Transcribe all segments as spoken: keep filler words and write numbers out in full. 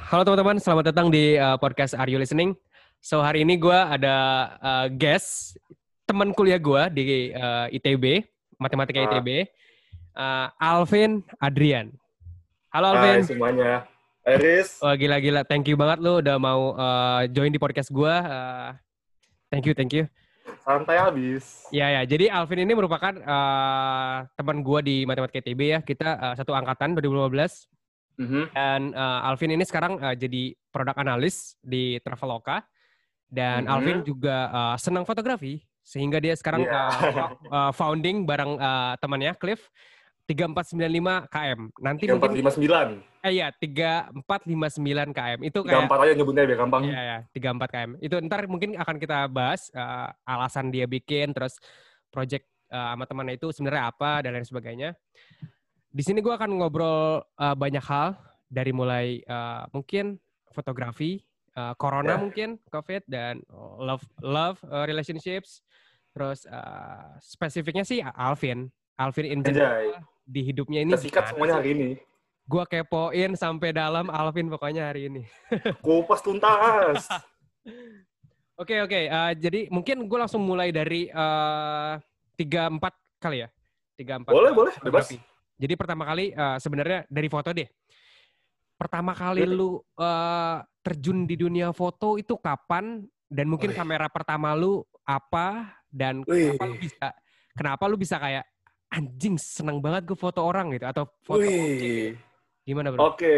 halo teman-teman, selamat datang di uh, podcast Are You Listening? So hari ini gue ada uh, guest, teman kuliah gue di uh, I T B, Matematika I T B, uh, Alvin Adrian. Halo Hai Alvin. semuanya, Iris. Wah gila-gila, thank you banget lu udah mau uh, join di podcast gue. Uh, thank you, thank you. Santai habis. Ya ya, jadi Alvin ini merupakan uh, teman gue di Matematika I T B ya. Kita uh, satu angkatan dua ribu lima belas. Mm-hmm. Dan uh, Alvin ini sekarang uh, jadi product analyst di Traveloka. Dan Mm-hmm. Alvin juga uh, senang fotografi. Sehingga dia sekarang Yeah. uh, uh, founding bareng uh, temannya Cliff tiga empat sembilan lima K M. Nanti tiga empat mungkin lima sembilan. Eh iya, tiga empat lima sembilan K M. Itu tiga kayak empat aja nyebutnya biar gampang. Iya ya, tiga empat K M. Itu ntar mungkin akan kita bahas uh, alasan dia bikin, terus project uh, sama temannya itu sebenarnya apa dan lain sebagainya. Di sini gue akan ngobrol uh, banyak hal dari mulai uh, mungkin fotografi, uh, corona yeah. mungkin, COVID dan love love uh, relationships. Terus uh, spesifiknya sih Alvin, Alvin in general di hidupnya ini. Kita sikat semuanya hari ini. Gue kepoin sampai dalam Alvin pokoknya hari ini. Kupas tuntas. Oke oke, uh, jadi mungkin gue langsung mulai dari tiga empat kali ya, tiga empat. Boleh boleh, bebas. Jadi pertama kali uh, sebenarnya dari foto deh. Pertama kali hmm. lu uh, terjun di dunia foto itu kapan? Dan mungkin Wih. kamera pertama lu apa? Dan Wih. kenapa lu bisa? Kenapa lu bisa kayak anjing seneng banget gue foto orang gitu atau foto objek? Gimana bro? Oke.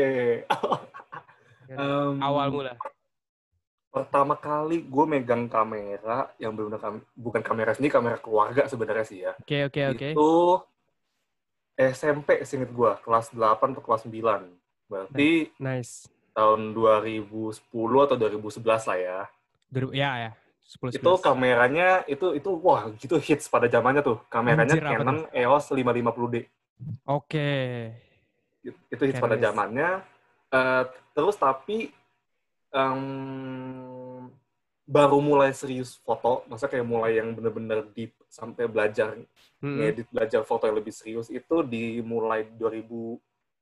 Okay. um, Awal mula. Pertama kali gue megang kamera yang benar kam- bukan kamera sendiri, kamera keluarga sebenarnya sih ya. Oke okay, oke okay, oke. Okay. Itu S M P seinget gue, kelas delapan atau kelas sembilan. Berarti nice. Tahun dua ribu sepuluh atau dua ribu sebelas lah ya. Ya, ya. sepuluh, itu kameranya, itu, itu wah gitu hits pada zamannya tuh. Kameranya Anjir, Canon E O S lima lima nol D. Oke. Okay. Itu hits pada zamannya. Uh, terus tapi um, baru mulai serius foto, maksudnya kayak mulai yang bener-bener deep sampai belajar hmm. ngedit, belajar foto yang lebih serius itu dimulai dua ribu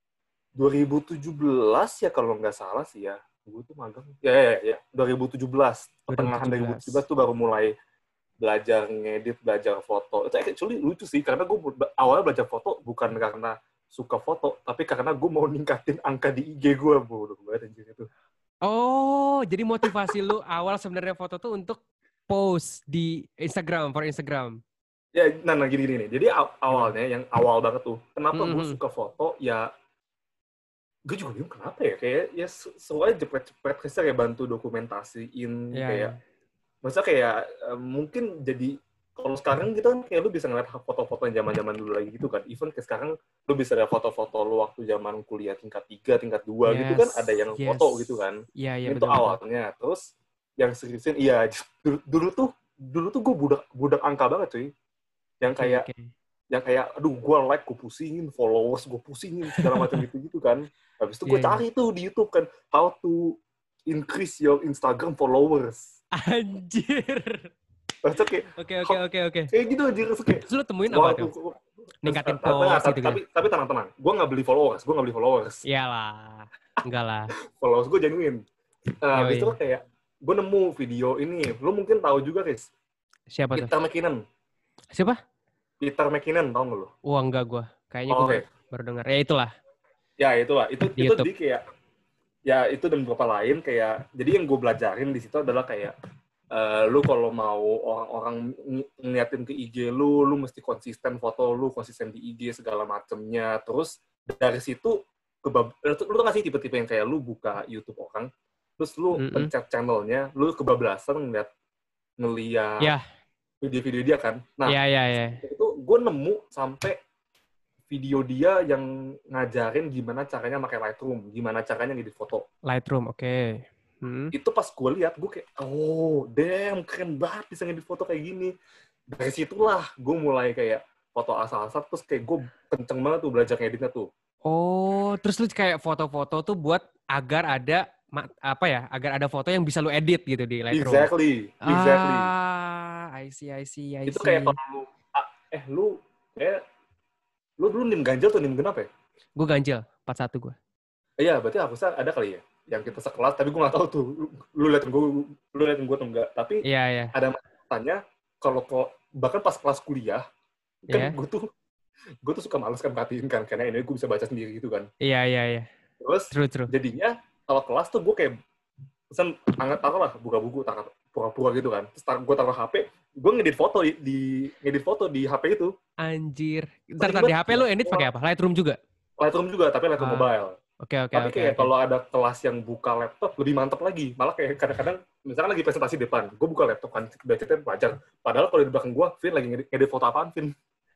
tujuh belas ya kalau nggak salah sih ya. Gue tuh magang. Ya ya ya, dua ribu tujuh belas. Pertengahan dua ribu tujuh belas tuh baru mulai belajar ngedit, belajar foto. Itu actually lucu sih karena gue awalnya belajar foto bukan karena suka foto, tapi karena gue mau ningkatin angka di I G gue, bodoh banget anjir itu. Oh, jadi motivasi lu awal sebenarnya foto tuh untuk post di Instagram, for Instagram. Ya, nah, nah gini gini. Jadi awalnya yang awal banget tuh, kenapa mm-hmm. gue suka foto ya? Gue juga bingung kenapa ya, kayak ya soalnya jepret-jepret kayak bantu dokumentasiin yeah, kayak, yeah. maksudnya kayak uh, mungkin jadi kalau sekarang gitu kan kayak lu bisa ngeliat foto-foto yang zaman-zaman dulu lagi gitu kan, even kayak sekarang lu bisa lihat foto-foto lu waktu zaman kuliah tingkat tiga, tingkat dua yes, gitu kan ada yang yes. foto gitu kan, yeah, yeah, itu betul, awalnya, betul. Terus yang seriusin, iya dulu, dulu tuh dulu tuh gue budak budak angka banget cuy, yang kayak okay, okay. yang kayak aduh gue like gue pusingin, followers gue pusingin segala macam gitu gitu kan. Habis itu gue yeah, cari yeah. tuh di YouTube kan, how to increase your Instagram followers. Anjir. Oke, oke, oke, oke, oke. Kayak gitu anjir. Kayak, terus lu temuin apa tuh? Ningkatin post gitu tapi, tapi tenang-tenang. Gue nggak beli followers, gue nggak beli followers. Iyalah, enggak lah. Followers gue genuine. Uh, habis itu kayak, gue nemu video ini. Lu mungkin tahu juga, Chris. Siapa Peter tuh? Peter McKinnon. Siapa? Peter McKinnon, tau nggak lu? Wah, enggak gue. Kayaknya oh, gue okay. baru dengar. Ya itulah. Ya itulah, itu di itu YouTube. di kayak ya itu dan beberapa lain kayak jadi yang gue belajarin di situ adalah kayak uh, lu kalau mau orang-orang ng- ngeliatin ke I G lu, lu mesti konsisten foto lu, konsisten di I G segala macemnya. Terus dari situ kebab lu tuh ngasih tipe-tipe yang kayak lu buka YouTube orang, terus lu mm-hmm. pencet channelnya, lu kebablasan ngeliat ngeliat yeah. video-video dia kan. Nah, yeah, yeah, yeah. itu gue nemu sampai video dia yang ngajarin gimana caranya pakai Lightroom, gimana caranya ngedit foto. Lightroom, oke. Okay. Hmm. Itu pas gue lihat, gue kayak, oh, damn, keren banget bisa ngedit foto kayak gini. Dari situlah gue mulai kayak foto asal-asal, terus kayak gue kenceng banget tuh belajar ngeditnya tuh. Oh, terus lu kayak foto-foto tuh buat agar ada, apa ya, agar ada foto yang bisa lu edit gitu di Lightroom. Exactly, exactly. Ah, I see, I see, I see. Itu kayak kalau lu, eh lu, kayak, lu dulu nim ganjil tuh nim genap ya? Gue ganjil, empat satu gue. Iya, berarti hapusnya ada kali ya? yang kita sekelas, tapi gue nggak tahu tuh lu liatin gue lu liatin gue atau enggak. Tapi Iya, iya. ada tanya kalau kok bahkan pas kelas kuliah kan Iya. gue tuh gue tuh suka males kan perhatiin kan karena ini gue bisa baca sendiri gitu kan. Iya, iya, iya. Terus True, true. jadinya kalau kelas tuh gue kayak pesan anget taruh lah buka buku taruh pura-pura gitu kan. Terus tar- gue taruh H P, gue ngedit foto di, di ngedit foto di H P itu. Anjir. Ntar, ntar di H P lu edit pakai apa? Lightroom juga? Lightroom juga, tapi Lightroom Ah. mobile. Oke, oke, Tapi oke. kayak oke. kalau ada kelas yang buka laptop lebih mantap lagi. Malah kayak kadang-kadang misalkan lagi presentasi depan, gue buka laptop kan baca pelajar. Padahal kalau di belakang gue, Vin lagi ngedit, ngedit foto apaan, Vin?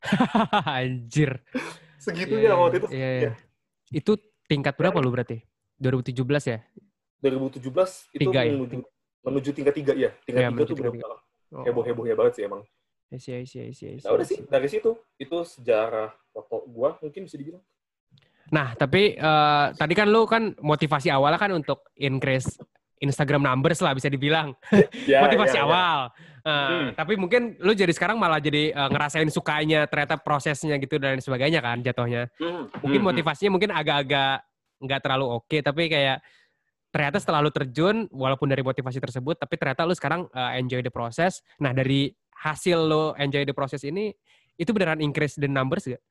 Anjir. Segitunya Iya, waktu itu. iya, iya. Itu tingkat berapa lu berarti? dua ribu tujuh belas ya? dua ribu tujuh belas itu Tiga ya? menuju menuju tingkat tiga ya. Tingkat Iya, tiga menuju tuh tingkat benar-benar Oh. heboh-hebohnya banget sih emang. I see, I see, I see, I see, Nah udah I sih see. dari situ itu sejarah foto gue mungkin bisa dibilang. Nah, tapi eh, tadi kan lu kan motivasi awalnya kan untuk increase Instagram numbers lah bisa dibilang. Ya, motivasi ya, ya. awal. Eh, Hmm. Tapi mungkin lu jadi sekarang malah jadi eh, ngerasain sukanya ternyata prosesnya gitu dan sebagainya kan jatuhnya. Hmm. Mungkin Hmm. motivasinya mungkin agak-agak nggak terlalu oke, tapi kayak ternyata setelah lu terjun, walaupun dari motivasi tersebut, tapi ternyata lu sekarang uh, enjoy the process. Nah, dari hasil lu enjoy the process ini, itu beneran increase the numbers gak?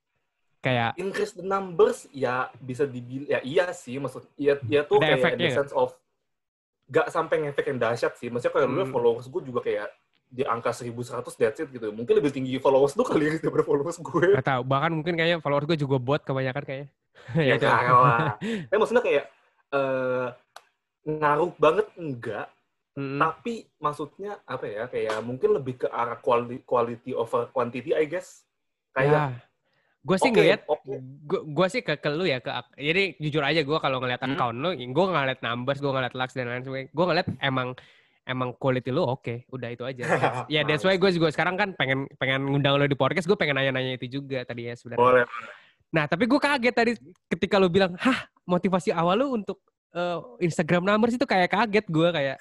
Kayak Increase the numbers ya bisa dibilang ya iya sih maksud iya iya tuh ada kayak in efeknya the nggak? sense of gak sampai ngefek yang dahsyat sih. Maksudnya kayak dulu Hmm. followers gue juga kayak di angka seribu seratus that's it gitu. Mungkin lebih tinggi followers lu kali ya daripada followers gue. Gak tau, bahkan mungkin kayaknya followers gue juga bot kebanyakan kayaknya. Ya itu. enggak lah. Tapi maksudnya kayak eh, ngaruh banget enggak. Hmm. Tapi maksudnya apa ya? Kayak mungkin lebih ke arah quality, quality over quantity I guess. Kayak Ya, gue sih Oke, ngeliat, oke. gue gue sih ke, ke lu ya, ke ak- jadi jujur aja gue kalau ngeliat Hmm. account lu, gue nggak ngeliat numbers, gue ngeliat likes dan lain sebagainya, gue ngeliat emang emang quality lu oke, udah itu aja. That's- ya that's why gue juga sekarang kan pengen pengen ngundang lu di podcast, gue pengen nanya-nanya itu juga tadi ya sebenarnya. Boleh. Nah tapi gue kaget tadi ketika lu bilang, hah motivasi awal lu untuk uh, Instagram numbers itu kayak kaget gue kayak.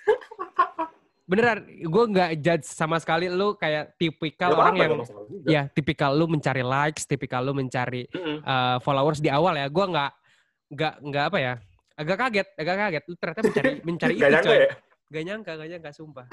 Beneran, gue nggak judge sama sekali lu kayak tipikal Gak orang apa-apa, yang gak masalah juga. ya tipikal lu mencari likes, tipikal lu mencari Mm-mm. uh, followers di awal ya. Gue nggak nggak nggak apa ya, agak kaget, agak kaget. Lu ternyata mencari mencari Gak itu nyangka coy. ya? Gak nyangka, gak nyangka sumpah.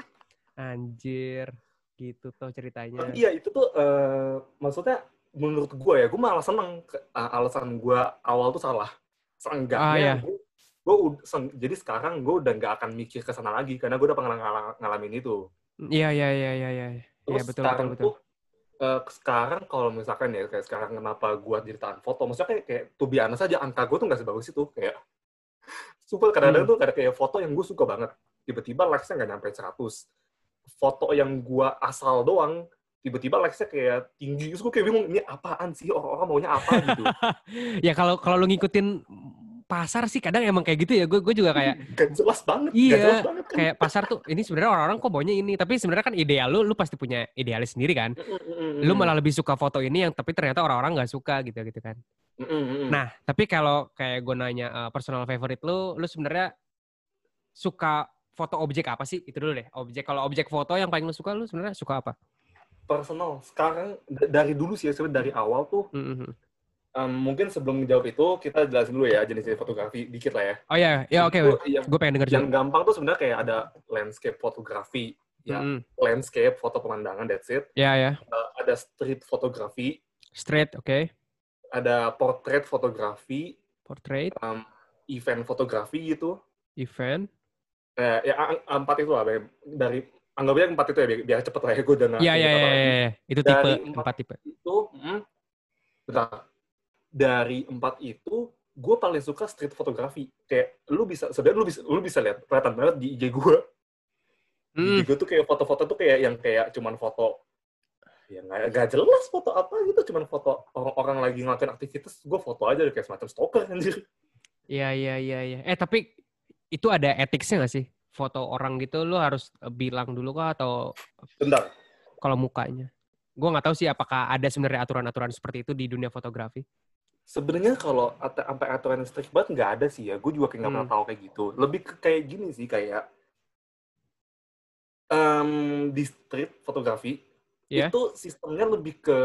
Anjir, gitu tuh ceritanya. Tapi iya itu tuh eh, maksudnya menurut gue ya, gue malah seneng ke- uh, alasan gue awal tuh salah. Ah ya, Seenggaknya gue gue jadi sekarang gue udah nggak akan mikir ke sana lagi karena gue udah pernah ngal- ngalamin itu. iya iya iya iya iya. Terus Iya betul sekarang betul betul. tuh eh, sekarang kalau misalkan ya kayak sekarang kenapa gue jadi tahan foto, maksudnya kayak, kayak to be honest aja angka gue tuh nggak sebagus itu kayak super kadang-kadang Hmm. tuh ada kayak foto yang gue suka banget tiba-tiba likes-nya nggak nyampe seratus. Foto yang gue asal doang tiba-tiba likes-nya kayak tinggi, terus gue kayak bingung ini apaan sih, orang-orang maunya apa gitu. Ya kalau kalau lu ngikutin pasar sih kadang emang kayak gitu ya. Gue gue juga kayak Gak jelas banget, iya, gak jelas banget kan. kayak pasar tuh ini sebenarnya orang-orang kok maunya ini, tapi sebenarnya kan ideal lu, lu pasti punya idealis sendiri kan. Mm-mm. Lu malah lebih suka foto ini yang tapi ternyata orang-orang nggak suka gitu gitu kan. Mm-mm. Nah, tapi kalau kayak gue nanya uh, personal favorite lu, lu sebenarnya suka foto objek apa sih? Itu dulu deh. Objek, kalau objek foto yang paling lu suka, lu sebenarnya suka apa? Personal sekarang d- dari dulu sih sebenarnya dari awal tuh Mm-hmm. um, mungkin sebelum menjawab itu kita jelasin dulu ya jenis-jenis fotografi dikit lah ya. Oh ya, ya oke. Itu yang, Gue pengen denger yang juga. gampang tuh sebenarnya kayak ada landscape fotografi ya, Mm-hmm. landscape foto pemandangan that's it. Ya ya. Uh, ada street fotografi, Straight, oke. Okay. ada portrait fotografi, Portrait, um, event fotografi gitu. event. Eh, ya ang- empat itu lah dari anggap aja empat itu ya biar, biar cepet lah ya gue udah nggak Iya iya ingat apa iya lagi. ya. Itu Dari tipe empat empat tipe. Itu hmm, bentar. Dari empat itu gue paling suka street fotografi. Kayak lu bisa sebenarnya lu bisa lu bisa lihat kelihatan banget di I G gue. Di I G Mm. gue tuh kayak foto-foto tuh kayak yang kayak cuman foto ya nggak nggak jelas foto apa gitu, cuman foto orang-orang lagi ngelakuin aktivitas, gue foto aja kayak semacam stalker anjir. Iya iya iya iya. Eh tapi itu ada etiknya nggak sih? Foto orang gitu lu harus bilang dulu kah atau Bentar. kalau mukanya? Gue nggak tahu sih apakah ada sebenarnya aturan-aturan seperti itu di dunia fotografi. Sebenarnya kalau at- sampai aturan yang strict banget nggak ada sih ya. Gue juga kayak nggak pernah Hmm. tahu kayak gitu. Lebih ke kayak gini sih kayak um, di street fotografi Yeah. itu sistemnya lebih ke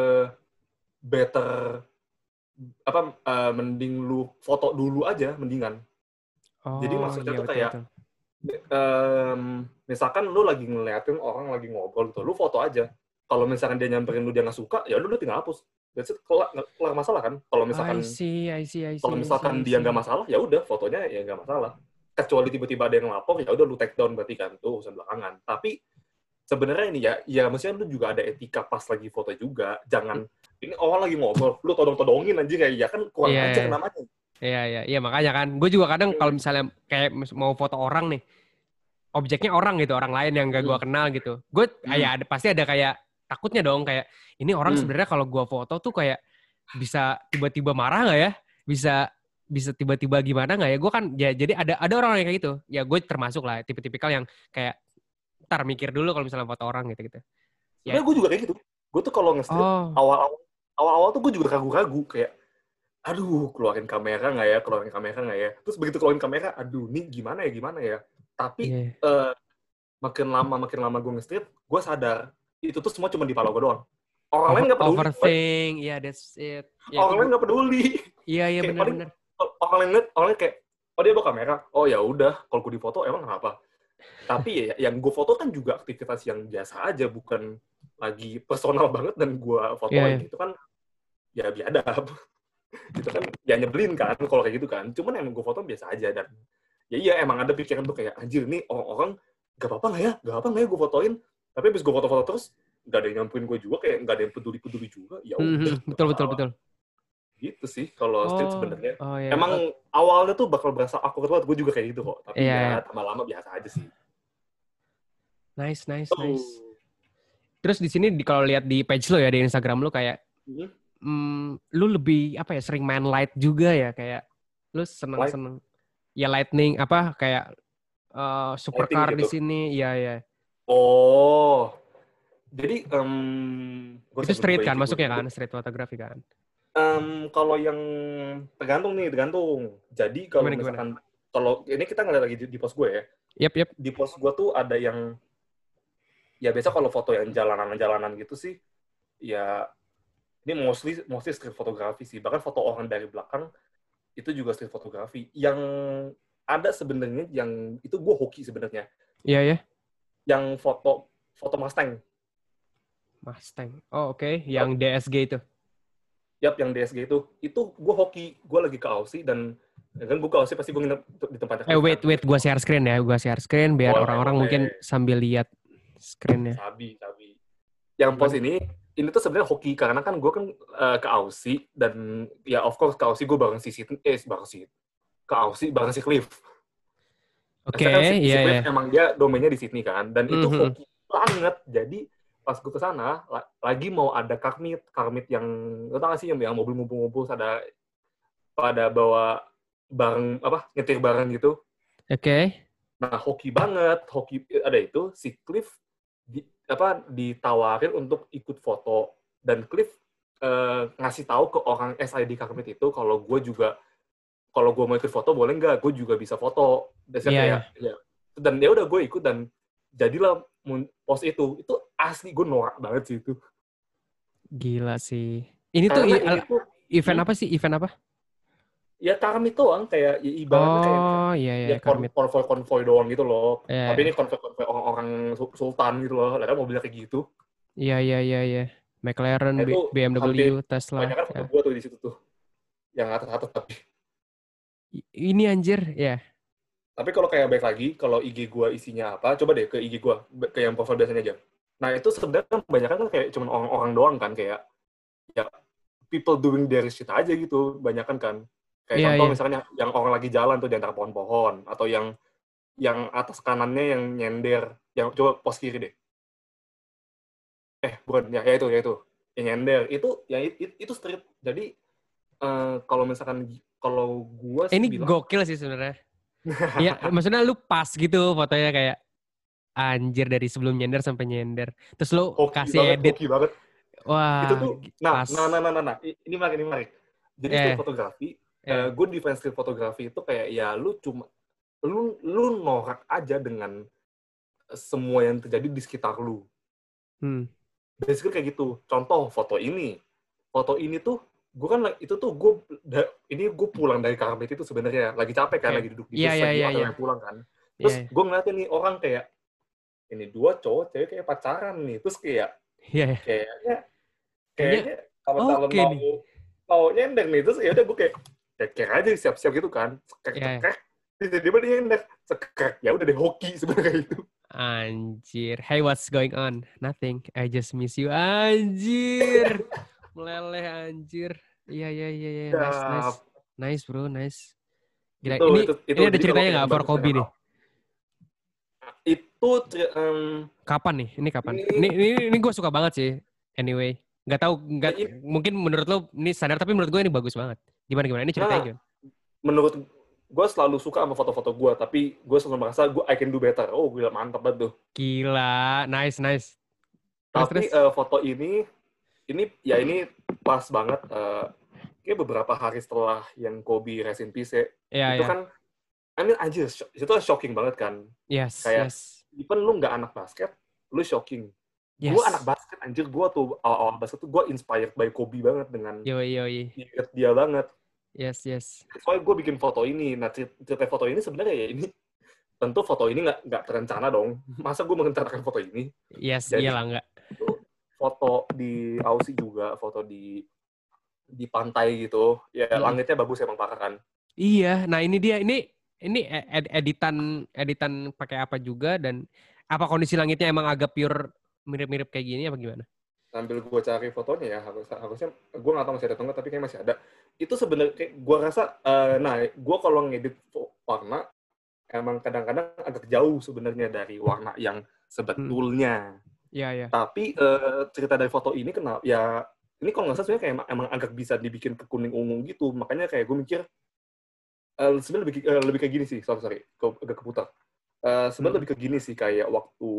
better apa uh, mending lu foto dulu aja mendingan. Oh, jadi maksudnya iya, tuh betul, kayak, betul. um, misalkan lu lagi ngeliatin orang lagi ngobrol gitu, lu foto aja. Kalau misalkan dia nyamperin lu dia nggak suka, ya udah lu tinggal hapus. That's it, kelar, kelar masalah kan. Kalau I misalkan see, I see, I kalau see, I see, misalkan I dia nggak see. masalah, ya udah fotonya ya nggak masalah. Kecuali tiba-tiba ada yang lapor, ya udah lu take down berarti kan tuh urusan belakangan. Tapi sebenarnya ini ya, ya maksudnya lu juga ada etika pas lagi foto juga. Jangan ini orang lagi ngobrol, lu todong-todongin anjir kayak ya kan kurang Iya, aja iya, namanya. iya, iya, iya, makanya kan. Gue juga kadang kalau misalnya kayak mau foto orang nih, objeknya orang gitu, orang lain yang gak gue Hmm. kenal gitu. Gue, Hmm. ya ada, pasti ada kayak takutnya dong, kayak ini orang Hmm. sebenarnya kalau gue foto tuh kayak bisa tiba-tiba marah nggak ya? Bisa bisa tiba-tiba gimana nggak ya? Gue kan ya jadi ada ada orang yang kayak gitu. Ya gue termasuk lah tipe-tipikal yang kayak ntar mikir dulu kalau misalnya foto orang gitu-gitu. Ya. Sebenarnya gue juga kayak gitu. Gue tuh kalau nge-strip Oh. awal-awal awal-awal tuh gue juga ragu-ragu kayak aduh keluarin kamera nggak ya, keluarin kamera nggak ya. Terus begitu keluarin kamera, aduh nih gimana ya, gimana ya. Tapi Yeah. uh, makin lama makin lama gue nge-strip, gue sadar itu tuh semua cuma di kepala gue doang. Orang lain nggak peduli. Overthink, ya yeah, that's it. Ya, orang lain nggak peduli. Iya iya benar-benar. Orang lain lihat, orang lain kayak, oh dia bawa kamera, oh ya udah, kalau gue difoto emang kenapa? Tapi ya yang gue foto kan juga aktivitas yang biasa aja, bukan lagi personal banget dan gue fotoin yeah, yeah. Itu kan ya biadab. Itu kan ya nyebelin kan kalau kayak gitu kan. Cuman emang gue foto biasa aja dan ya iya emang ada pikiran tuh kayak anjir nih orang-orang gak apa-apa nggak ya, gak apa nggak ya gue fotoin. Tapi abis gue foto-foto terus nggak ada yang nyampuin gue juga, kayak nggak ada yang peduli-peduli juga. Ya udah. Mm-hmm. Betul betul betul. Gitu sih kalau oh, street sebenarnya. Oh, yeah. Emang oh. awalnya tuh bakal berasa awkward banget, gue juga kayak gitu kok. Tapi yeah, ya lama-lama yeah. biasa aja sih. Nice nice oh. nice. Terus di sini kalau lihat di page lo ya di Instagram lo kayak, mm-hmm. mm, lu lebih apa ya sering main light juga ya, kayak lu seneng-seneng ya lightning apa kayak uh, supercar gitu. Di sini ya ya. Oh. Jadi um, itu street kan masuknya kan, street photography kan. Um, kalau yang tergantung nih, tergantung. Jadi kalau gimana, misalkan gimana? Kalau ini kita ngeliat lagi di, di post gue ya. Yep, yep. Di post gue tuh ada yang ya biasa kalau foto yang jalanan-jalanan gitu sih, ya ini mostly mostly street photography sih. Bahkan foto orang dari belakang itu juga street photography. Yang ada sebenarnya yang itu gue hoki sebenarnya. Iya yeah, ya. Yeah. Yang foto foto Mustang. Mustang. Oh oke, okay. Yang oh. D S G itu. Yap, yang D S G itu. Itu gue hoki. Gue lagi ke Aussie dan kan gue ke Aussie pasti gue nginep di tempatnya. Eh wait, wait. Gue share screen ya. Gue share screen biar orang-orang mungkin sambil lihat screen-nya. Sabi, sabi. Yang post ini, ini tuh sebenarnya hoki. Karena kan gue kan uh, ke Aussie. Dan ya of course ke Aussie gue bareng si Sydney. Eh, bareng si... Ke Aussie bareng si Cliff. Oke, okay, kan si, yeah, si Cliff yeah. emang dia domainnya di Sydney kan. Dan itu mm-hmm. hoki banget. Jadi pas gue kesana lagi mau ada karmit karmit yang lo tau gak sih yang, yang mobil ngumpul-ngumpul ada pada bawa bareng apa nyetir bareng gitu. Oke. Okay. Nah hoki banget, hoki ada itu si Cliff di, apa ditawarin untuk ikut foto dan Cliff uh, ngasih tahu ke orang S I D karmit itu kalau gue juga kalau gue mau ikut foto boleh nggak, gue juga bisa foto. Dan yeah, kayak yeah. ya dan ya udah gue ikut dan jadilah post itu. Itu asli gue norak banget sih itu. Gila sih. Ini tuh, i- ini tuh event hmm? apa sih? Event apa? Ya karmit doang, kayak ya, ibaratnya oh, kayak iya, iya, ya konvoy-konvoy doang gitu loh. Yeah, Tapi yeah. ini konvoy-konvoy orang-orang sultan gitu loh. Lihat mobilnya kayak gitu. Iya, iya, iya, iya. McLaren, nah, B M W, Tesla. Banyak kan foto ya. Gue tuh di situ tuh. Yang atas-atas tapi. Ini anjir, ya. Yeah. Tapi kalau kayak baik lagi, kalau I G gue isinya apa, coba deh ke I G gue, ke yang profil biasanya aja. Nah itu sebenarnya kebanyakan kan kayak cuma orang-orang doang kan, kayak ya people doing their shit aja gitu, banyakan kan. Kayak yeah, contoh yeah. misalnya yang orang lagi jalan tuh di antara pohon-pohon, atau yang yang atas kanannya yang nyender, yang coba pos kiri deh. Eh bukan, ya, ya itu, ya itu, yang nyender itu, ya itu, itu street. Jadi uh, kalau misalkan kalau gue sih ini bilang, gokil sih sebenarnya. Ya, maksudnya lu pas gitu fotonya kayak anjir dari sebelum nyender sampai nyender. Terus lu hoki kasih banget, edit. Hoki banget. Wah. Itu tuh, nah, pas. nah, nah, nah, nah, nah, ini menarik, ini menarik. Jadi yeah. street fotografi, yeah. uh, gue defense street fotografi itu kayak ya lu cuma, lu, lu norak aja dengan semua yang terjadi di sekitar lu. Hmm. Basically kayak gitu. Contoh foto ini, foto ini tuh gue kan itu tuh gue ini gue pulang dari Karamet itu sebenarnya lagi capek kan, okay. lagi duduk di bus yeah, lagi yeah, waktu yeah. pulang kan. Terus yeah, yeah. gue ngeliatin nih orang kayak ini dua cowok cewek kayak pacaran nih, terus kayak yeah, yeah. kayaknya kayaknya kalau calon okay mau nih. mau nyender nih, terus ya udah gue kayak kayak aja siap-siap gitu kan, cekrek-cekrek, yeah. Tiba-tiba dia nyender, cekrek, ya udah deh hoki sebenarnya itu. Anjir, hey what's going on? Nothing, I just miss you. Anjir, meleleh anjir. Iya iya iya iya, nice nice, nice bro, nice. Gila, itu, ini itu, itu, ini ada ceritanya nggak for Kobe nih? Itu um, kapan nih? Ini kapan? Ini ini, ini, ini gue suka banget sih. Anyway, nggak tahu nggak ya, mungkin menurut lo ini standar, tapi menurut gue ini bagus banget. Gimana gimana? Ini ceritanya nah, gimana? Menurut gue selalu suka sama foto-foto gue, tapi gue selalu merasa gue I can do better. Oh, gila mantap banget tuh. Gila, nice nice. Terus, tapi terus. Uh, foto ini, ini ya ini pas banget. Uh, kayak beberapa hari setelah yang Kobe rest in peace ya. Yeah, itu yeah. kan, I mean anjir, itu shocking banget kan. Yes, kayak, yes. Even lu nggak anak basket, lu shocking. Yes. Gue anak basket, anjir. Gue tuh awal-awal basket tuh gue inspired by Kobe banget dengan yoi, yoi. inget dia banget. Yes, yes. Soalnya gue bikin foto ini. Nah, cerita foto ini sebenarnya ya ini, tentu foto ini nggak nggak terencana dong. Masa gue merencanakan foto ini? Yes, jadi, iyalah nggak. Itu foto di Aussie juga, foto di di pantai gitu. Ya hmm. Langitnya bagus emang parah kan. Iya. Nah ini dia, ini ini ed- editan editan pakai apa juga, dan apa kondisi langitnya emang agak pure mirip-mirip kayak gini apa gimana? Sambil gue cari fotonya ya, harus harusnya gue nggak tahu masih ada atau enggak, tapi kayak masih ada. Itu sebenarnya kayak gue rasa, uh, nah gue kalau ngedit warna emang kadang-kadang agak jauh sebenarnya dari warna yang sebetulnya. Iya hmm. ya. Tapi uh, cerita dari foto ini kenapa ya? Ini kalau nggak salah sebenarnya kayak emang, emang agak bisa dibikin ke kuning ungu gitu. Makanya kayak gue mikir uh, sebenarnya lebih uh, lebih kayak gini sih. Sorry sorry, agak keputar. Uh, sebenarnya hmm. lebih kayak gini sih, kayak waktu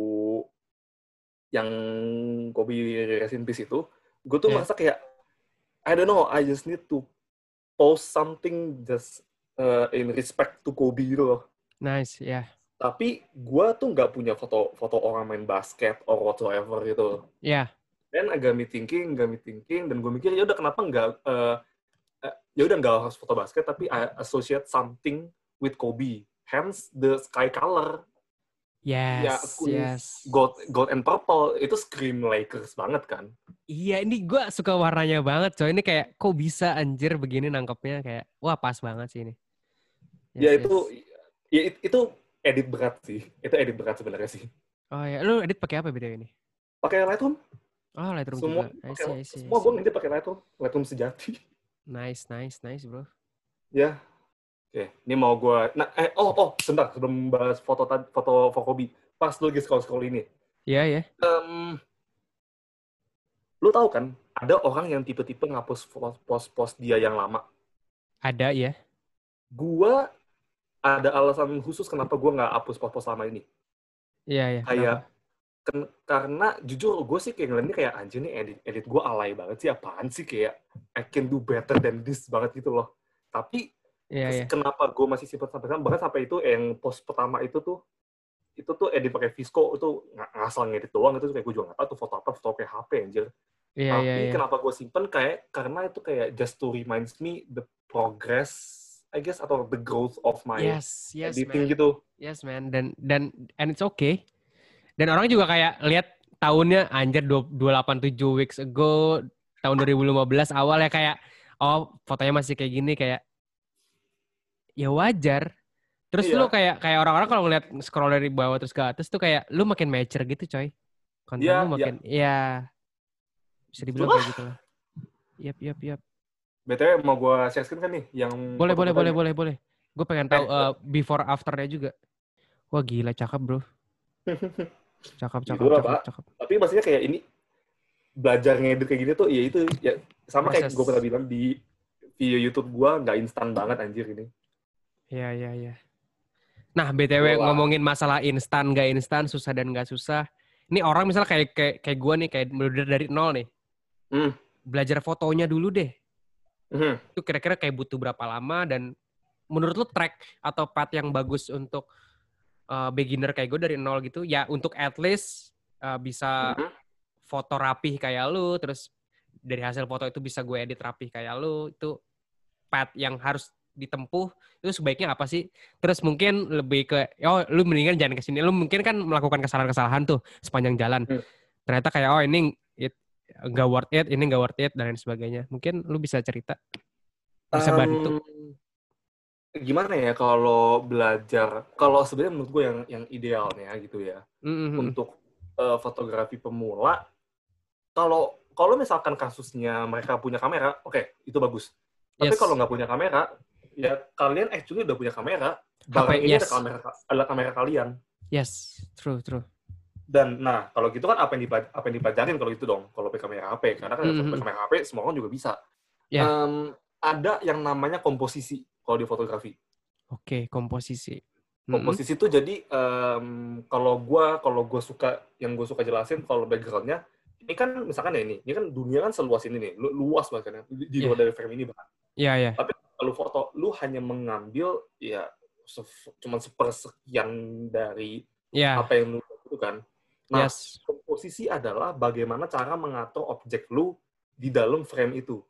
yang Kobe rest in peace itu, gue tuh yeah. merasa kayak I don't know, I just need to post something just uh, in respect to Kobe gitu loh. Nice, ya. Yeah. Tapi gue tuh nggak punya foto-foto orang main basket or whatsoever gitu. Iya. Yeah. Dan agak me thinking, agak me thinking, dan gue mikir ya udah kenapa nggak, uh, uh, ya udah nggak harus foto basket, tapi I associate something with Kobe. Hence the sky color. Yes, ya, yes. Gold, gold and purple itu scream Lakers banget kan? Iya, ini gue suka warnanya banget, coy. Ini kayak kok bisa anjir begini nangkepnya, kayak wah pas banget sih ini. Yes, ya itu, yes. ya itu edit berat sih. Itu edit berat sebenarnya sih. Oh ya, lu edit pakai apa beda ini? Pakai Lightroom. Oh, Lightroom semua, juga. I see, I see, semua gue ngedit pakai Lightroom, Lightroom sejati. Nice, nice, nice, bro. Ya. Oke, ini mau gue, nah, eh, oh, oh, sebentar, sebelum bahas foto foto Kobe, pas lu lagi scroll-scroll ini. Iya, yeah, ya. Yeah. Um, lu tahu kan, ada orang yang tipe-tipe ngapus post-post dia yang lama. Ada, ya. Gua ada alasan khusus kenapa gue nggak hapus post-post lama ini. Iya, yeah, iya. Yeah. Kayak, ken, karena jujur gue sih kayak ngeliatnya kayak, anjir nih edit, edit gue alay banget sih, apaan sih, kayak, I can do better than this banget gitu loh. Tapi, yeah, yeah. kenapa gue masih simpan sampai sekarang, bahkan sampai itu yang post pertama itu tuh, itu tuh edit pakai Visco, itu ngasal ngedit doang, itu kayak gue juga nggak tahu tuh foto apa, foto kayak H P anjir. Yeah, Tapi yeah, yeah. kenapa gue simpen kayak, karena itu kayak just to reminds me the progress, I guess, atau the growth of my yes, yes, editing man. gitu. Yes man, dan dan and it's okay. Dan orang juga kayak lihat tahunnya anjir dua puluh delapan tujuh weeks ago, tahun dua ribu lima belas awal ya, kayak oh fotonya masih kayak gini, kayak ya wajar. Terus iya. Lu kayak kayak orang-orang kalau ngeliat scroll dari bawah terus ke atas tuh kayak lu makin mature gitu coy. Konten iya, lu makin iya. Ya bisa dibilang kayak gitu lah. Yap yap yap. B T W mau gue share screen kan nih yang boleh boleh boleh boleh boleh. Gue pengen tahu eh, uh, before afternya juga. Wah gila cakep bro. Cakep cakep gitu cakep, cakep. Tapi maksudnya kayak ini belajar ngedit kayak gini tuh ya itu ya sama proses. Kayak gue pernah bilang di video YouTube gue nggak instan banget anjir ini. Iya iya iya. Nah B T W Bola. Ngomongin masalah instan nggak instan, susah dan nggak susah. Ini orang misalnya kayak kayak kayak gue nih, kayak belajar dari nol nih. Hmm. Belajar fotonya dulu deh. Hmm. Itu kira-kira kayak butuh berapa lama, dan menurut lu track atau path yang bagus untuk uh, beginner kayak gue dari nol gitu, ya untuk at least uh, bisa hmm. foto rapih kayak lu, terus dari hasil foto itu bisa gue edit rapi kayak lu, itu path yang harus ditempuh itu sebaiknya apa sih? Terus mungkin lebih ke, oh lu mendingan jangan kesini. Lu mungkin kan melakukan kesalahan-kesalahan tuh sepanjang jalan. Hmm. Ternyata kayak, oh ini it, nggak worth it, ini nggak worth it, dan lain sebagainya. Mungkin lu bisa cerita, bisa bantu. Um, gimana ya kalau belajar, kalau sebenarnya menurut gue yang yang idealnya gitu ya, Mm-hmm. untuk uh, fotografi pemula, kalau kalau misalkan kasusnya mereka punya kamera, oke, okay, itu bagus. Tapi Yes. kalau nggak punya kamera, ya kalian actually udah punya kamera, barang H P, ini yes. ada kamera, adalah kamera kalian. Yes, true, true. Dan nah, kalau gitu kan apa yang dipelaj- apa yang dipelajarin kalau itu dong, kalau pakai kamera H P, karena kan Mm-hmm. pakai kamera H P semua orang juga bisa. Yeah. Um, ada yang namanya komposisi kalau di fotografi. Oke, okay, komposisi. Komposisi itu mm-hmm. jadi um, kalau gue kalau gue suka yang gue suka jelasin kalau backgroundnya ini kan misalkan ya ini ini kan dunia kan seluas ini nih, lu, luas banget kan ya, di luar yeah. dari frame ini bahkan. Iya yeah, iya. Yeah. Tapi kalau foto lu hanya mengambil ya se- cuma sepersekian dari yeah. apa yang lu lakukan. Nah, yes. komposisi adalah bagaimana cara mengatur objek lu di dalam frame itu.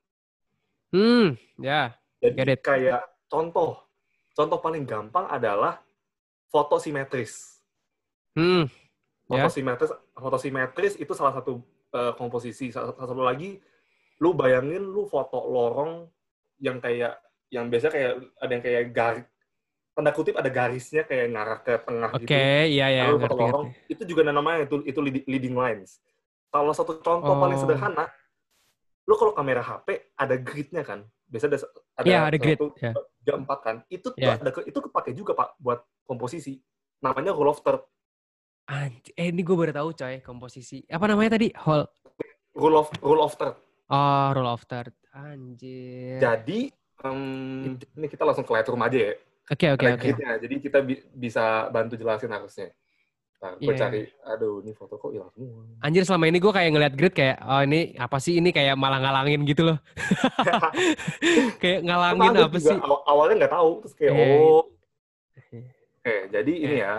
Hmm, ya. Yeah. Jadi kayak contoh, contoh paling gampang adalah foto simetris. Hmm. Foto Yeah. simetris, foto simetris itu salah satu uh, komposisi. Salah satu lagi, lu bayangin lu foto lorong yang kayak, yang biasanya kayak ada yang kayak garis, tanda kutip ada garisnya kayak ngarah ke tengah okay, gitu. Oke, iya iya. Lalu foto lorong, itu juga namanya itu itu leading lines. Kalau satu contoh oh. paling sederhana, lu kalau kamera H P ada gridnya kan, biasanya ada ada, yeah, ada grid. tiga yeah. empat kan, itu yeah. ada itu kepake juga Pak buat komposisi. Namanya rule of third. Anjir, eh ini gue baru tahu coy, komposisi. Apa namanya tadi? Hall. Rule of rule of third. Oh, rule of third. Anjir. Jadi um, ini kita langsung ke Lightroom aja ya. Oke okay, oke okay, oke. Okay. Jadi kita bi- bisa bantu jelasin harusnya. Nah, gue yeah. cari, aduh ini foto kok hilang semua. Anjir, selama ini gue kayak ngeliat grid kayak, oh ini apa sih, ini kayak malah ngalangin gitu loh. Kayak ngalangin apa sih. Aw- awalnya nggak tahu, terus kayak yeah. oh. Oke, okay, jadi yeah. ini ya.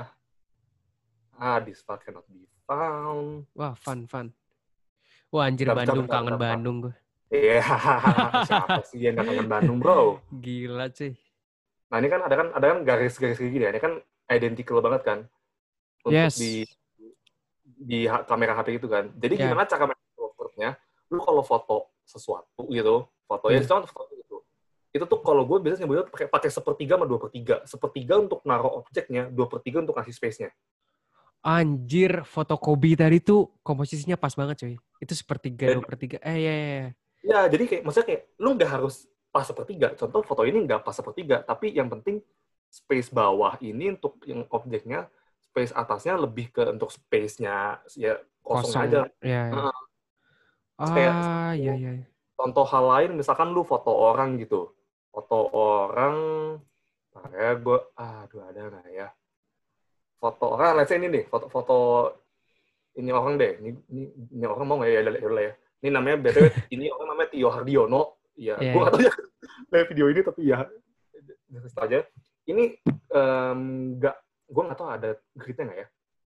Ah, this file cannot be found. Wah, fun, fun. Wah, anjir, bentar, Bandung, bentar, kangen bentar, Bandung gue. Iya, yeah. Siapa sih yang nggak kangen Bandung, bro? Gila, cuy. Nah, ini kan ada kan ada kan garis-garis kayak gini ya. Ini kan identical banget kan. Untuk yes. di di kamera H P itu kan. Jadi yeah. gimana cara mengaturnya? Lu kalau foto sesuatu gitu, fotonya hmm. foto gitu. Itu tuh kalau gue biasanya nyebutnya pakai pakai sepertiga sama dua per tiga. Sepertiga untuk naruh objeknya, dua per tiga untuk ngasih space-nya. Anjir, foto Kobe tadi tuh komposisinya pas banget coy. Itu sepertiga, dua per tiga. Eh, ya, ya, ya. Ya, jadi kayak, maksudnya kayak, lu nggak harus pas sepertiga. Contoh, foto ini nggak pas sepertiga. Tapi yang penting, space bawah ini untuk yang objeknya, space atasnya lebih ke untuk space-nya, ya kosong, kosong aja. Ya, ya. Nah, ah, kayak, iya, iya. Contoh hal lain, misalkan lu foto orang gitu. Foto orang, kayak gue, aduh ada nggak ya? Foto orang, let's say ini nih, foto-foto ini orang deh, ini, ini, ini orang mau nggak ya, ya, ya, ya. Ini namanya, B T W, ini orang namanya Tio Hardiono, ya, yeah. gue nggak tahu ya, lihat video ini, tapi ya, just aja. Ini nggak, um, gue nggak tahu ada gridnya nggak ya?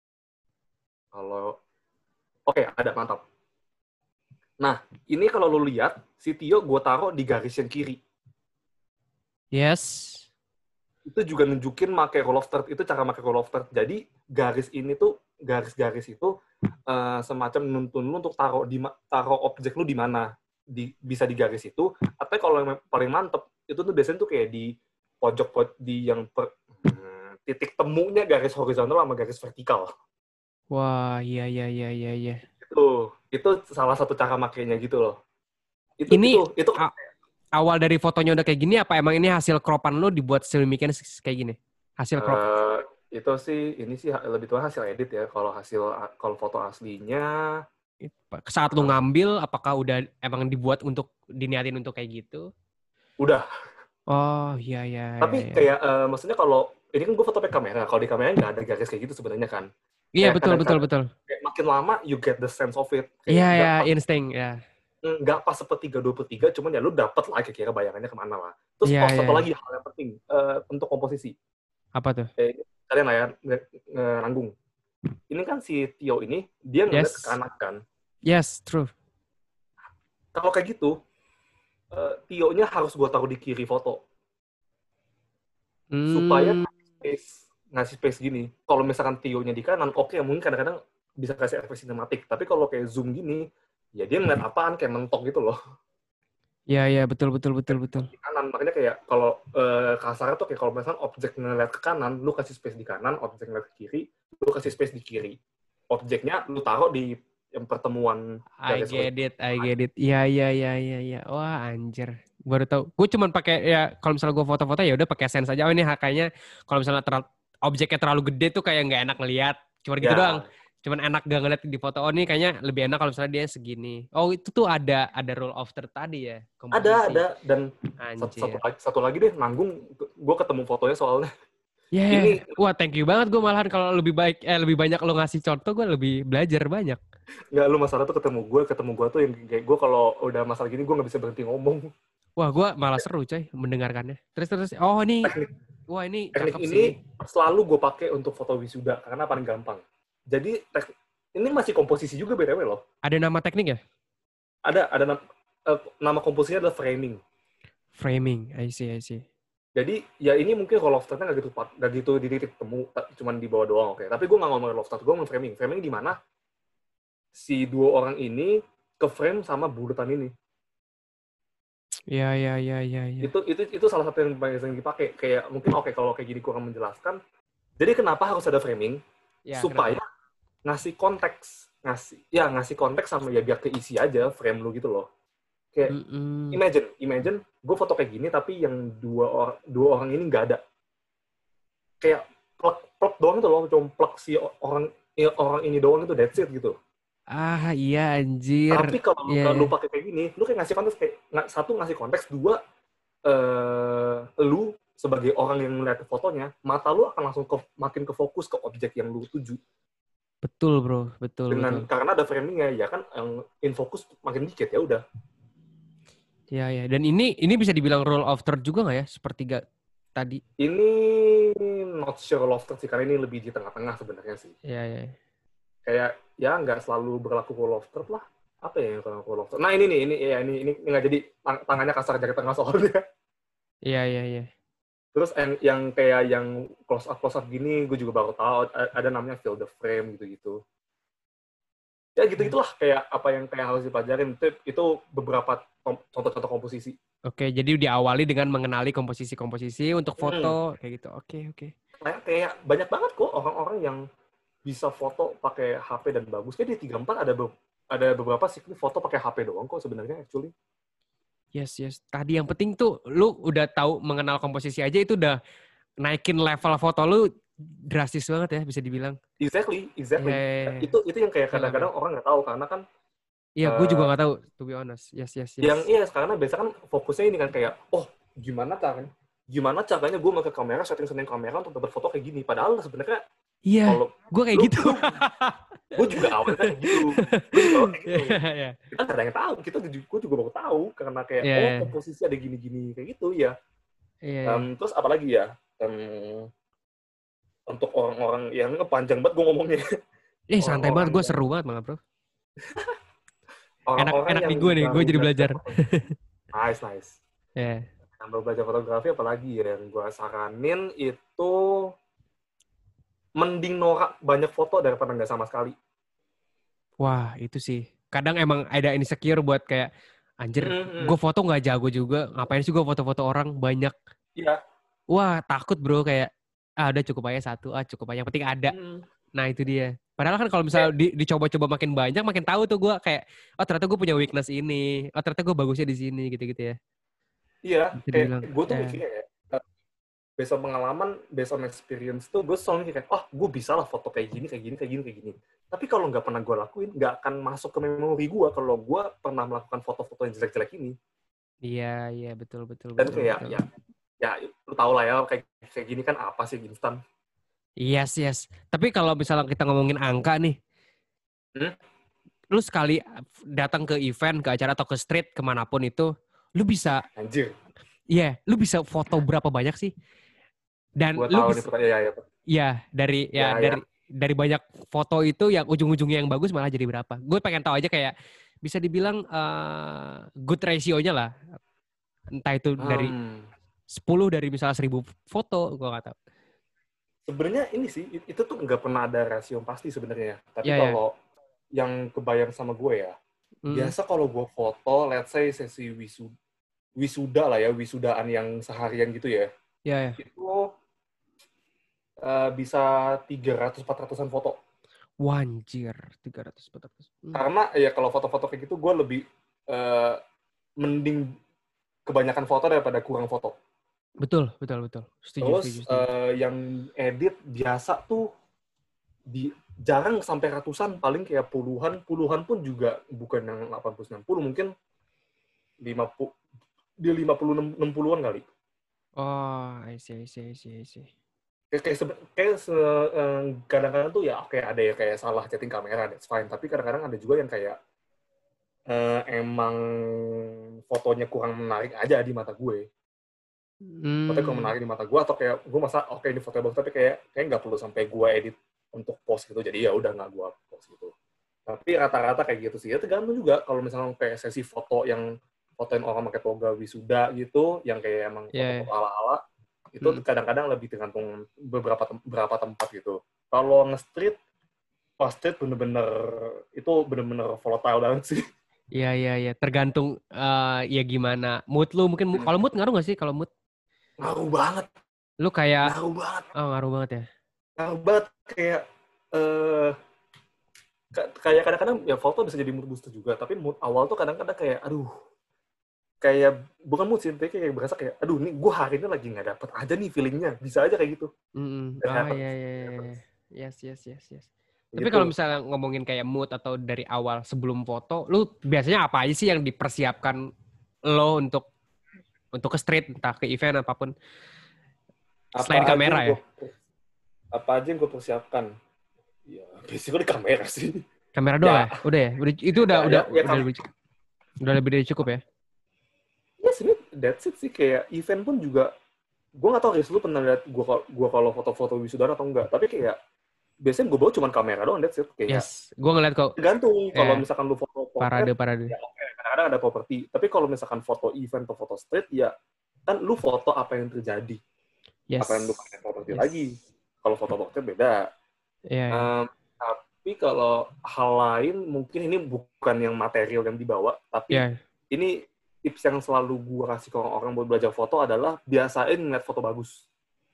Kalau, oke, okay, ada, mantap. Nah, ini kalau lu lihat, si Tio gue taruh di garis yang kiri. Yes. Itu juga nunjukin make roll of third, itu cara make roll of third. Jadi garis ini tuh, garis-garis itu uh, semacam nuntun lu untuk taruh di taruh objek lu di mana. Di, bisa di garis itu, atau kalau yang paling mantep, itu tuh biasanya tuh kayak di pojok-pojok, di yang per, hmm, titik temunya garis horizontal sama garis vertikal. Wah, iya, iya, iya, iya, iya. Itu, itu salah satu cara makainya gitu loh. Itu, ini, itu, itu, a- awal dari fotonya udah kayak gini, apa emang ini hasil cropan lo dibuat sedemikian kayak gini? Hasil crop? Uh, itu sih, ini sih lebih tua hasil edit ya. Kalau hasil, kalau foto aslinya... Saat lo ngambil, apakah udah emang dibuat untuk, diniatin untuk kayak gitu? Udah. Oh, iya, iya. Tapi iya, kayak, uh, maksudnya kalau, ini kan gue foto pakai kamera. Kalau di kamera nggak ada garis kayak gitu sebenarnya kan. Iya, betul, betul, betul. Makin lama, you get the sense of it. Iya, iya, insting, ya. Nggak pas sepertiga dua per tiga, cuman ya lu dapet lah kira-kira bayangannya kemana lah. Terus yeah, oh, satu yeah. lagi hal yang penting uh, untuk komposisi. Apa tuh? Eh, kalian lah ya ngeranggung. Ini kan si Tio ini dia ngeliat yes. ke kanan kan. Yes, true. kalau kayak gitu, uh, Tio-nya harus gue taruh di kiri foto. Hmm. Supaya space, ngasih space gini. Kalau misalkan Tio-nya di kanan, oke, okay, mungkin kadang-kadang bisa kasih efek sinematik. Tapi kalau kayak zoom gini, ya dia ngeliat apaan, kayak mentok gitu loh. Ya, ya, betul, betul, betul, betul. Di kanan, makanya kayak kalau uh, kasarnya tuh kayak kalau misalkan objek ngeliat ke kanan, lu kasih space di kanan, objek ngeliat ke kiri, lu kasih space di kiri. Objeknya lu taruh di yang pertemuan. I get it, I get it. Iya, iya, iya, iya, iya. Wah, anjir. Baru tahu. Gue cuman pakai ya kalau misalnya gue foto-foto ya udah pakai sense aja. Oh ini kayaknya kalau misalnya terlalu, objeknya terlalu gede tuh kayak nggak enak ngelihat. Cuman gitu ya. doang. Cuman enak gak ngeliat di foto. Oh ini kayaknya lebih enak kalau misalnya dia segini. Oh itu tuh ada ada rule of third tadi ya. Komposisi. Ada, ada. Dan anjir. Satu, lagi, satu lagi deh, nanggung. Gue ketemu fotonya soalnya. Ya, yeah. Ini, wah thank you banget gue malahan kalau lebih baik, eh lebih banyak lo ngasih contoh gue lebih belajar banyak. Nggak, lu masalah tuh ketemu gue, ketemu gue tuh yang kayak gue kalau udah masalah gini gue nggak bisa berhenti ngomong. Wah gue malah seru coy mendengarkannya. Terus terus, oh ini, teknik, wah ini teknik cakep ini sih. Selalu gue pakai untuk foto wisuda karena paling gampang. Jadi teknik, ini masih komposisi juga B T W loh. Ada nama teknik ya? Ada, ada nama, uh, nama komposisinya adalah framing. Framing, I see, I see. Jadi ya ini mungkin roll of third-nya nggak gitu nggak gitu di titik temu, cuman di bawah doang, oke. Okay. Tapi gue nggak ngomong roll of third, gue ngomong framing. Framing di mana si dua orang ini ke frame sama bulatan ini. Iya, iya, iya, iya. Ya. Itu itu itu salah satu yang paling sering dipakai. Kayak mungkin oke okay, kalau kayak gini kurang menjelaskan. Jadi kenapa harus ada framing? Ya, supaya kenapa? Ngasih konteks, ngasih ya ngasih konteks sama ya biar keisi aja frame lu gitu loh. Kayak mm-mm. imagine, imagine gue foto kayak gini tapi yang dua orang dua orang ini nggak ada. Kayak plek plek doang itu loh, cuma plek si orang ya, orang ini doang itu that's it gitu. Ah iya anjir. Tapi kalau yeah. lu pakai kayak gini, lu kayak ngasih konteks kayak satu ngasih konteks, dua uh, lu sebagai orang yang melihat fotonya, mata lu akan langsung ke, makin ke fokus ke objek yang lu tuju. Betul bro, betul. Dengan betul. Karena ada framingnya, ya kan yang in fokus makin dikit ya udah. Ya ya, dan ini ini bisa dibilang roll of third juga nggak ya, sepertiga tadi? Ini not sure roll of third sih, karena ini lebih di tengah-tengah sebenarnya sih. Iya ya. Kayak ya nggak selalu berlaku roll of third lah. Apa ya yang roll of third? Nah ini nih, ini ya ini ini nggak jadi tang- tangannya kasar jaket tengah soalnya. Iya iya iya. Terus yang kayak yang close up close up gini, gue juga baru tahu ada namanya fill the frame gitu-gitu. Ya gitu-gitulah kayak apa yang kayak harus dipelajarin itu, itu beberapa contoh-contoh komposisi. Oke, jadi diawali dengan mengenali komposisi-komposisi untuk foto hmm. kayak gitu. Oke oke. Kayak, kayak banyak banget kok orang-orang yang bisa foto pakai H P dan bagus. Kayak di tiga puluh empat ada be- ada beberapa sih foto pakai H P doang kok sebenarnya actually. Yes yes. Tadi yang penting tuh lu udah tahu mengenal komposisi aja itu udah naikin level foto lu drastis banget ya bisa dibilang. Exactly, exactly. Yeah. Itu itu yang kayak kadang-kadang orang nggak tahu karena kan. Iya, uh, gue juga nggak tahu, to be honest. Yes, yes, yes. Yang iya, karena biasa kan fokusnya ini kan kayak, oh gimana caranya? Gimana caranya gue pakai kamera, setting-setting kamera untuk dapat foto kayak gini? Padahal sebenarnya. Iya. Yeah, gue kayak lu, gitu. Gue juga awalnya kayak gitu. Gue juga awalnya kayak gitu. Yeah, yeah. Kita nggak ada yang tahu. Kita gue juga baru tahu karena kayak yeah, oh yeah. komposisi ada gini-gini kayak gitu ya. Yeah. Um, terus apalagi ya? Um, untuk orang-orang yang panjang banget gue ngomongnya. Eh santai banget, gue seru banget malah bro. enak enak di gue nih, gue jadi belajar. Nice nice. Yeah. Sambil belajar fotografi apalagi ya yang gue saranin itu mending norak banyak foto daripada nggak sama sekali. Wah itu sih. Kadang emang ada insecure buat kayak anjir, mm-hmm. gue foto nggak jago juga, ngapain sih gue foto-foto orang banyak. Iya. Wah takut bro kayak ah udah cukup aja satu, ah cukup aja, yang penting ada. Mm. Nah itu dia. Padahal kan kalau misalnya di, dicoba-coba makin banyak, makin tahu tuh gue kayak, oh ternyata gue punya weakness ini, oh ternyata gue bagusnya di sini, gitu-gitu ya. Iya, kayak gue tuh mikirnya ya, based on pengalaman, based on experience tuh, gue selalu mikir kayak, oh gue bisa lah foto kayak gini, kayak gini, kayak gini, kayak gini. Tapi kalau nggak pernah gue lakuin, nggak akan masuk ke memori gue kalau gue pernah melakukan foto-foto yang jelek-jelek ini. Iya, iya, betul, betul. Dan betul, kayak, betul. ya, ya lu tau lah ya, kayak, kayak gini kan apa sih instan. Yes, yes. Tapi kalau misalnya kita ngomongin angka nih, hmm? lu sekali datang ke event, ke acara atau ke street kemanapun itu, lu bisa, anjir, iya, yeah, lu bisa foto berapa banyak sih? Dan gua lu tahu bisa, nih, ya, ya. ya dari ya, ya dari ya. dari banyak foto itu yang ujung-ujungnya yang bagus malah jadi berapa? Gue pengen tahu aja kayak bisa dibilang uh, good ratio-nya lah. Entah itu dari Hmm. sepuluh dari misalnya seribu foto, gue nggak tahu. Sebenarnya ini sih, itu tuh nggak pernah ada rasio yang pasti sebenarnya. Tapi Ya, ya. kalau yang kebayang sama gue ya, Mm. biasa kalau gue foto, let's say sesi wisuda, wisuda lah ya, wisudaan yang seharian gitu ya, Ya, ya. itu uh, bisa tiga ratus sampai empat ratusan foto. Wanjir, tiga ratus empat ratus. Hmm. Karena ya kalau foto-foto kayak gitu, gue lebih uh, mending kebanyakan foto daripada kurang foto. Betul, betul, betul. Setuju, Terus setuju, setuju. Uh, yang edit biasa tuh di jarang sampai ratusan, paling kayak puluhan, puluhan pun juga bukan yang delapan puluh sembilan puluh, mungkin lima puluh di lima puluh enam puluhan kali. Oh, I see, I see, I see, I see. Kayak kayak, sebe- kayak se, eh, kadang-kadang tuh ya oke okay, ada ya kayak salah setting kamera, that's fine, tapi kadang-kadang ada juga yang kayak eh, emang fotonya kurang menarik aja di mata gue. Hmm. Fotonya kurang menarik di mata gue, atau kayak gue masa oke okay, ini fotonya bagus, tapi kayak kayak nggak perlu sampai gue edit untuk post gitu, jadi ya udah nggak gue post gitu. Tapi rata-rata kayak gitu sih. Ya tergantung juga kalau misalnya kayak sesi foto yang fotoin orang pakai toga wisuda gitu, yang kayak emang Yeah. foto-foto ala-ala, itu Hmm. kadang-kadang lebih tergantung beberapa tem- beberapa tempat gitu. Kalau nge-street, pas street bener-bener itu bener-bener volatile banget sih. Iya, iya, iya. Tergantung uh, ya gimana mood lu mungkin. Hmm. Kalau mood ngaruh nggak sih? Kalau mood? Ngaruh banget. Lu kayak Ngaruh banget. Oh, ngaruh banget ya. Ngaruh banget kayak eh kayak kadang-kadang ya foto bisa jadi mood booster juga, tapi mood awal tuh kadang-kadang kayak aduh, kayak bukan mood sih, tapi kayak berasa kayak aduh nih gue hari ini lagi nggak dapet aja nih feelingnya, bisa aja kayak gitu. Mm-mm. That Oh happens. iya, iya, That iya. happens. Yes, yes, yes, yes. Gitu. Tapi kalau misalnya ngomongin kayak mood atau dari awal sebelum foto, lu biasanya apa aja sih yang dipersiapkan lo untuk untuk ke street, entah ke event apapun, selain apa kamera ya? Gua, apa aja yang gue persiapkan? Ya, basically kamera sih. Kamera doang ya? Ya. Udah ya? Udah, itu udah Ya, udah ya, ya, udah, lebih, udah lebih dari cukup ya? Ya sebenarnya that's it sih, kayak event pun juga gue nggak tahu Riz, lu pernah lihat gue gua kalau foto-foto wisuda atau enggak, tapi kayak biasanya gue bawa cuma kamera doang, that's it. Kayak Yes, gue ngeliat kok. Tergantung kalau Eh, misalkan lu foto parade portrait, parade. ya oke, okay, kadang-kadang ada properti. Tapi kalau misalkan foto event atau foto street, ya kan lu foto apa yang terjadi. Yes. Apa yang lu pakai properti Yes. lagi. Kalau foto portrait beda. Yeah, yeah. Um, tapi kalau hal lain, mungkin ini bukan yang material yang dibawa, tapi Yeah. ini tips yang selalu gue kasih ke orang-orang buat belajar foto adalah biasain ngeliat foto bagus.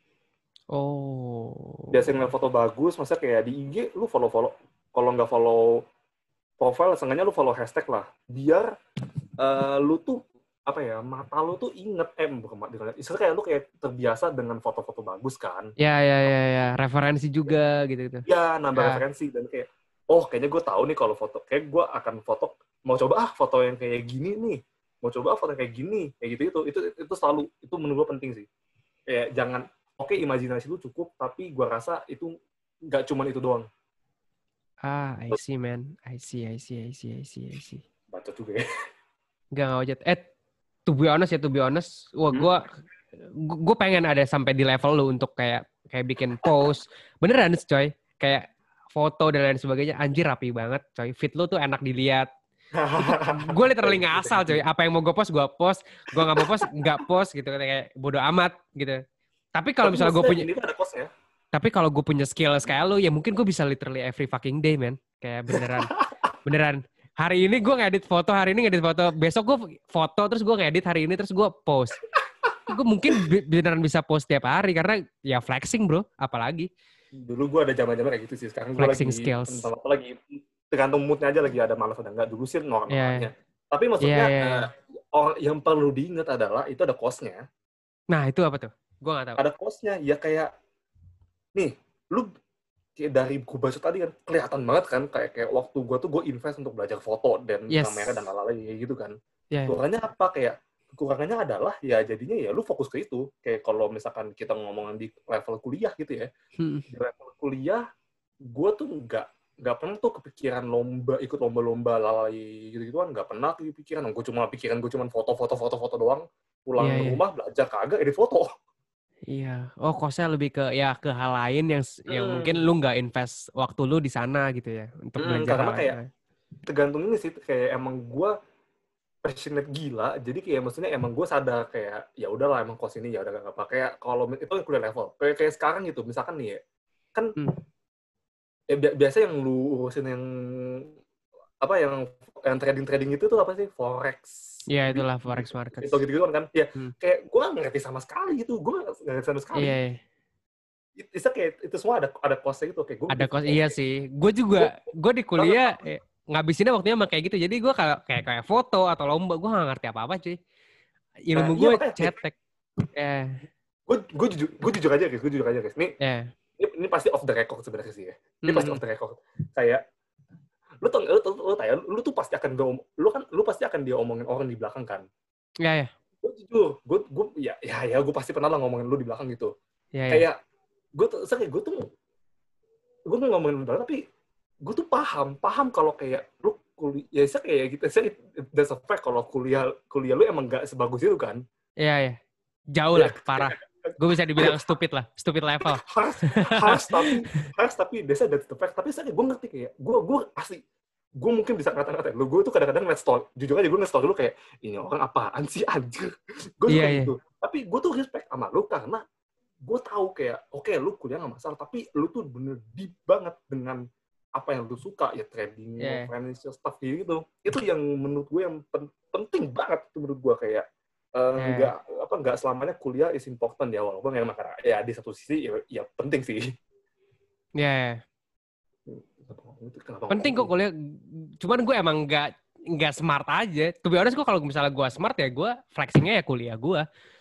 Oh. Biasain ngeliat foto bagus, maksudnya kayak di I G lu follow-follow. Kalau nggak follow profile, seenggaknya lu follow hashtag lah. Biar uh, lu tuh, apa ya, mata lu tuh inget, eh bukan, istilahnya kayak lu kayak terbiasa dengan foto-foto bagus kan. Ya, ya, ya, ya. Referensi juga gitu-gitu. Ya, nambah Ya. referensi. Dan kayak, oh kayaknya gue tahu nih kalau foto, kayak gue akan foto, mau coba ah foto yang kayak gini nih. Mau coba ah foto yang kayak gini. Kayak gitu, itu, itu, itu selalu, itu menurut gue penting sih. Kayak jangan, oke okay, imajinasi lu cukup, tapi gue rasa itu nggak cuma itu doang. Ah, I see, man. I see, I see, I see, I see, I see. Bacot juga ya. Enggak, enggak wajat. Eh, to be honest ya, to be honest. Wah, Hmm? gue gue pengen ada sampai di level lu untuk kayak kayak bikin post. Beneran, coy. Kayak foto dan lain sebagainya. Anjir, rapi banget, coy. Fit lu tuh enak dilihat. Gue literally ngasal, coy. Apa yang mau gue post, gue post. Gue nggak mau post, nggak post gitu. Kayak bodo amat gitu. Tapi kalau misalnya gue punya... Ini tuh ada cost-nya. Tapi kalau gue punya skill kayak lu, ya mungkin gue bisa literally every fucking day, man. Kayak beneran. Beneran. Hari ini gue ngedit foto, hari ini ngedit foto. Besok gue foto, terus gue ngedit hari ini, terus gue post. Gue mungkin beneran bisa post tiap hari, karena ya flexing, bro. Apalagi. Dulu gue ada zaman-zaman kayak gitu sih. Sekarang gue lagi... skills. Entah apa lagi. Tergantung moodnya aja lagi ada malas atau enggak. Dulu sih normal-normalnya. Yeah. Tapi maksudnya, yeah, yeah, yeah. Uh, orang yang perlu diingat adalah, itu ada cost-nya. Nah, itu apa tuh? Gue gak tahu. Ada cost-nya. Ya kayak... Nih, lu kayak dari gue baca tadi kan kelihatan banget kan kayak kayak waktu gue tuh gue invest untuk belajar foto dan yes. kamera dan lain-lain kayak gitu kan. Yeah. Kekurangannya apa? Kayak kekurangannya adalah ya jadinya ya lu fokus ke itu. Kayak kalau misalkan kita ngomongin di level kuliah gitu ya. Hmm. Di level kuliah gue tuh nggak nggak pernah tuh kepikiran lomba, ikut lomba-lomba lalai gitu-gitu kan, nggak pernah tuh kepikiran. Gue cuma pikiran gue cuma foto-foto foto-foto doang. Pulang yeah, ke yeah. rumah belajar kagak edit foto. Iya, oh kosnya lebih ke ya ke hal lain yang hmm. yang mungkin lu nggak invest waktu lu di sana gitu ya untuk hmm, belajar karena hal kayak lain. tergantung ini sih, kayak emang gue passionate gila, jadi kayak maksudnya emang gue sadar kayak ya udahlah emang kos ini ya udah gak apa-apa. Kayak kalau itu kan kuliah level, kayak kayak sekarang gitu, misalkan nih ya, kan hmm. ya, biasa yang lu urusin yang apa yang yang trading-trading itu tuh apa sih, forex. Iya, itulah forex market. Itu gitu-gitu kan, ya hmm. kayak gue gak ngerti sama sekali gitu, gue gak ngerti sama sekali. Iya. Itu kayak itu semua ada ada kosnya gitu, kayak gue. Ada kos, iya sih. Gue juga, gue di kuliah eh, ngabisinnya waktunya emang kayak gitu. Jadi gue kayak kayak kayak foto atau lomba, gue gak ngerti apa-apa cuy. Ilmu nah, gue iya, cetek. Eh. Gue gue jujur gue jujur aja guys, gue jujur aja guys. Nih, yeah. ini, ini pasti off the record sebenarnya sih ya. Ini mm. pasti off the record. Kayak lu tuh lu tuh lu, lu, lu tuh pasti akan dia, lu kan lu pasti akan dia omongin orang di belakang kan. Iya yeah, ya. Yeah. Gue jujur, gue gue ya ya ya gue pasti pernah lah ngomongin lu di belakang gitu. Yeah, kayak yeah. gue tuh sering gue tuh gue tuh ngomongin lu di belakang, tapi gue tuh paham paham kalau kayak lu kuliah ya saya kayak gitu, saya that's a fact kalau kuliah kuliah lu emang nggak sebagus itu kan. Iya yeah, ya. Yeah. Jauh lah, parah. Gue bisa dibilang stupid lah, stupid level. harus, harus tapi, harus tapi, biasanya that's the fact. Tapi saya gue ngerti kayak, gue gue asli, gue mungkin bisa kata-kata, lu gue tuh kadang-kadang ngeliat story, jujur aja gue ngeliat story lu kayak, ini orang apaan sih anjir. Gue suka yeah, gitu. Yeah. Tapi gue tuh respect sama lu karena gue tahu kayak, oke okay, lu kuliah nggak masalah, tapi lu tuh bener deep banget dengan apa yang lu suka, ya trading, yeah. financial stuff gitu. Itu yang menurut gue yang pen- penting banget itu menurut gue kayak. Uh, yeah. nggak apa nggak selamanya kuliah is important ya, walaupun memang karena ya di satu sisi ya, ya penting sih. Ya. Yeah. Penting kok kuliah. Cuman gue emang nggak nggak smart aja. To be honest, gue kalau misalnya gue smart ya gue flexingnya ya kuliah gue.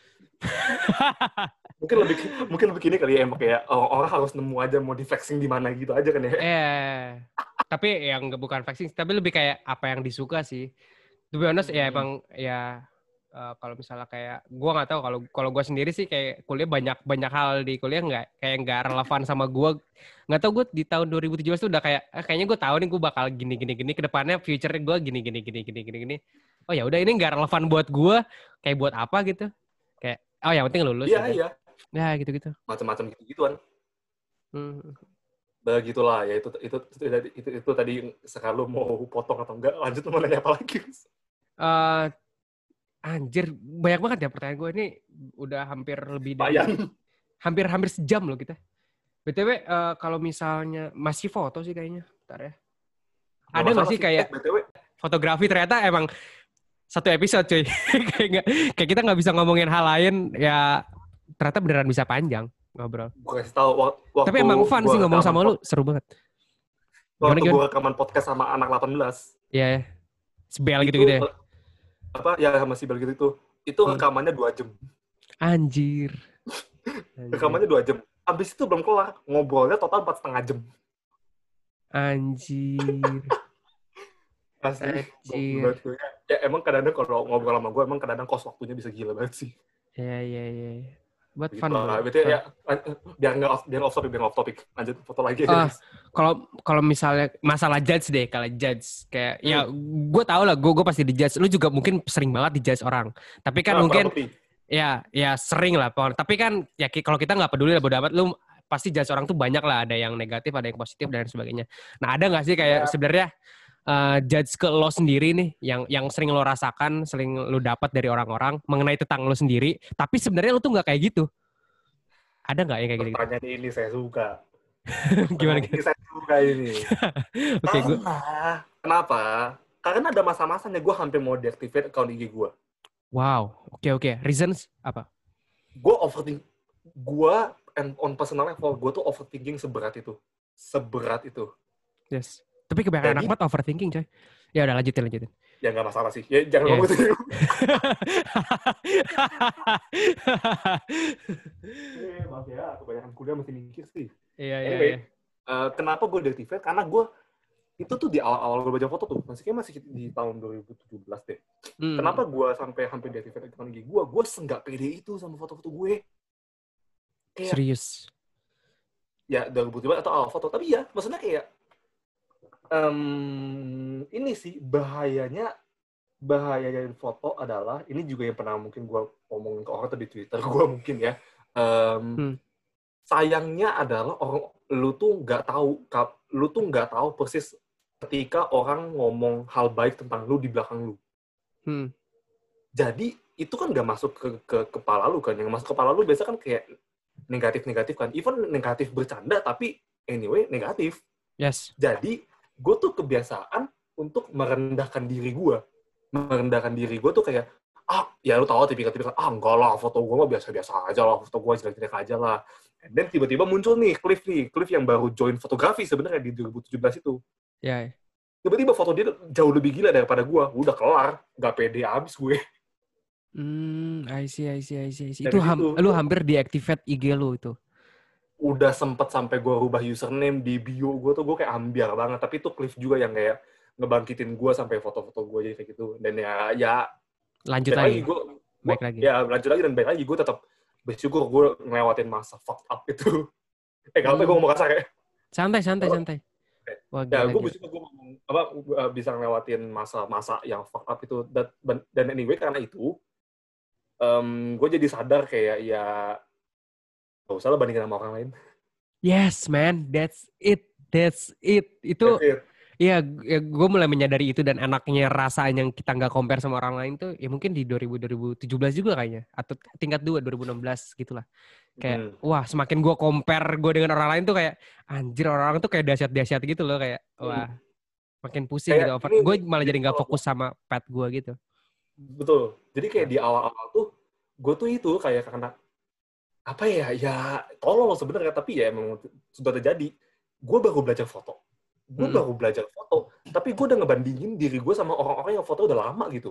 mungkin lebih mungkin lebih gini kali ya, emang kayak oh, orang harus nemu aja mau di flexing di mana gitu aja kan ya. Eh. Yeah. Tapi yang bukan flexing, tapi lebih kayak apa yang disuka sih. To be honest hmm. ya emang ya. Uh, kalau misalnya kayak gue nggak tahu kalau kalau gue sendiri sih kayak kuliah banyak banyak hal di kuliah nggak kayak nggak relevan sama gue, nggak tahu gue di tahun dua ribu tujuh belas tuh udah kayak eh, kayaknya gue tahu nih gue bakal gini gini gini kedepannya future gue gini gini gini gini gini gini oh ya udah ini nggak relevan buat gue, kayak buat apa gitu, kayak oh yang penting lulus iya iya ya gitu gitu macam-macam gitu gituan. hmm. Begitulah ya itu itu itu, itu, itu, itu tadi sekarang lu mau potong atau enggak, lanjut mau nanya apa lagi? Uh, Anjir, banyak banget ya pertanyaan gue ini. Udah hampir lebih dari... Bayang. Hampir-hampir sejam loh kita. B T W, uh, kalau misalnya... Masih foto sih kayaknya. Bentar ya. Gak ada nggak sih kayak... B T W. Fotografi ternyata emang... Satu episode cuy. kayak, gak, kayak kita nggak bisa ngomongin hal lain. Ya ternyata beneran bisa panjang ngobrol. Gue kasih tahu waktu... Tapi emang fun sih ngomong sama lu. Seru banget. Waktu gue rekaman podcast sama anak delapan belas. Iya ya. Sebel gitu-gitu ya. Apa ya masih begitu itu itu rekamannya dua jam. Anjir. Anjir. Rekamannya dua jam. Abis itu belum kelar, ngobrolnya total empat setengah jam. Anjir. Asli. Anjir. Ya emang kadang-kadang kalau ngobrol sama gue emang kadang-kadang kos waktunya bisa gila banget sih. Iya iya iya. Buat fun. Berarti ya biar nggak off biar off topic biar off topic. Lanjut foto lagi aja. Kalau uh, kalau misalnya masalah judge deh, kalau judge kayak hmm. ya gue tau lah, gue gue pasti dijudge. Lu juga mungkin sering banget dijudge orang. Tapi kan nah, mungkin ya ya sering lah. Tapi kan ya kalau kita nggak peduli lah bodo amat. Lu pasti judge orang tuh banyak lah. Ada yang negatif, ada yang positif dan sebagainya. Nah ada nggak sih kayak ya. sebenarnya uh, judge ke lo sendiri nih, yang yang sering lo rasakan, sering lo dapat dari orang-orang mengenai tentang lo sendiri. Tapi sebenarnya lo tuh nggak kayak gitu. Ada nggak yang kayak gitu? Pertanyaan ini saya suka. Gimana gitu? Ini saya suka ini. Oke, gue. Kenapa? Karena ada masa-masanya gue hampir mau deactivate account I G gue. Wow, oke okay, oke. Okay. Reasons apa? Gue overthink. Gue on personal level, gue tuh overthinking seberat itu. Seberat itu. Yes. Tapi kebanyakan anak mat overthinking, coy. Ya udah lanjutin lanjutin. Ya nggak masalah sih. Ya jangan ngomong gitu. Eh, maaf ya, kebanyakan kuliah mesti mikir sih. Iya, anyway, iya. Uh, kenapa gue deactivate? Karena gue itu tuh di awal-awal gue baca foto tuh, masih kayak masih di tahun dua ribu tujuh belas deh. Hmm. Kenapa gue sampai hampir deactivate account I G gue? Gue senggak pede itu sama foto-foto gue. Kayak, serius? Ya dua ribu tujuh belas atau awal foto, tapi ya maksudnya kayak um, ini sih bahayanya. Bahaya dari foto adalah, ini juga yang pernah mungkin gue ngomongin ke orang atau di Twitter gue mungkin ya, um, hmm. sayangnya adalah orang lu tuh nggak tahu, lu tuh nggak tahu persis ketika orang ngomong hal baik tentang lu di belakang lu. Hmm. Jadi itu kan nggak masuk ke, ke kepala lu kan. Yang masuk ke kepala lu biasa kan kayak negatif-negatif kan. Even negatif bercanda, tapi anyway negatif. Yes. Jadi gue tuh kebiasaan untuk merendahkan diri gue. Merendahkan diri gue tuh kayak, ah ya lu tahu tipikal-tipikal, ah enggak lah, foto gue mah biasa-biasa aja lah, foto gue jelek-jelek aja lah. Dan tiba-tiba muncul nih Cliff nih, Cliff yang baru join fotografi sebenarnya di dua ribu tujuh belas itu. Ya. Yeah. Tiba-tiba foto dia jauh lebih gila daripada gue. Udah kelar, gak pede abis gue. Hmm, I see, I see, I see. I see. Dari Itu ham, situ, lu hampir deactivate I G lu itu. Udah sempet sampai gue rubah username di bio gue tuh, gue kayak ambiar banget. Tapi itu Cliff juga yang kayak ngebangkitin gue sampai foto-foto gue jadi kayak gitu. Dan ya, ya lanjut lagi. lagi gue, baik lagi. Ya lanjut lagi dan baik lagi. Gue tetap bersyukur gue ngelewatin masa fucked up itu. Eh, kalau hmm. gue ngomong kasar ya. Santai, santai, santai. Wah, ya, gue bersyukur gue ngomong, apa, bisa ngelewatin masa-masa yang fucked up itu. Dan, dan anyway, karena itu, um, gue jadi sadar kayak, ya, gak usah lah bandingin sama orang lain. Yes, man. That's it. That's it. Itu, iya, ya, gue mulai menyadari itu dan enaknya rasa yang kita nggak compare sama orang lain tuh, ya mungkin di dua ribu tujuh belas juga kayaknya. Atau tingkat dua, dua ribu enam belas gitu lah. Kayak, hmm. wah semakin gue compare gue dengan orang lain tuh kayak, anjir orang-orang tuh kayak dahsyat-dahsyat gitu loh. Kayak, wah makin pusing kayak gitu. Gue malah jadi nggak fokus sama pet gue gitu. Betul. Jadi kayak nah. di awal-awal tuh, gue tuh itu kayak karena, apa ya, ya tolong sebenarnya, tapi ya emang sudah terjadi. Gue baru belajar foto. Gue hmm. baru belajar foto. Tapi gue udah ngebandingin diri gue sama orang-orang yang foto udah lama gitu.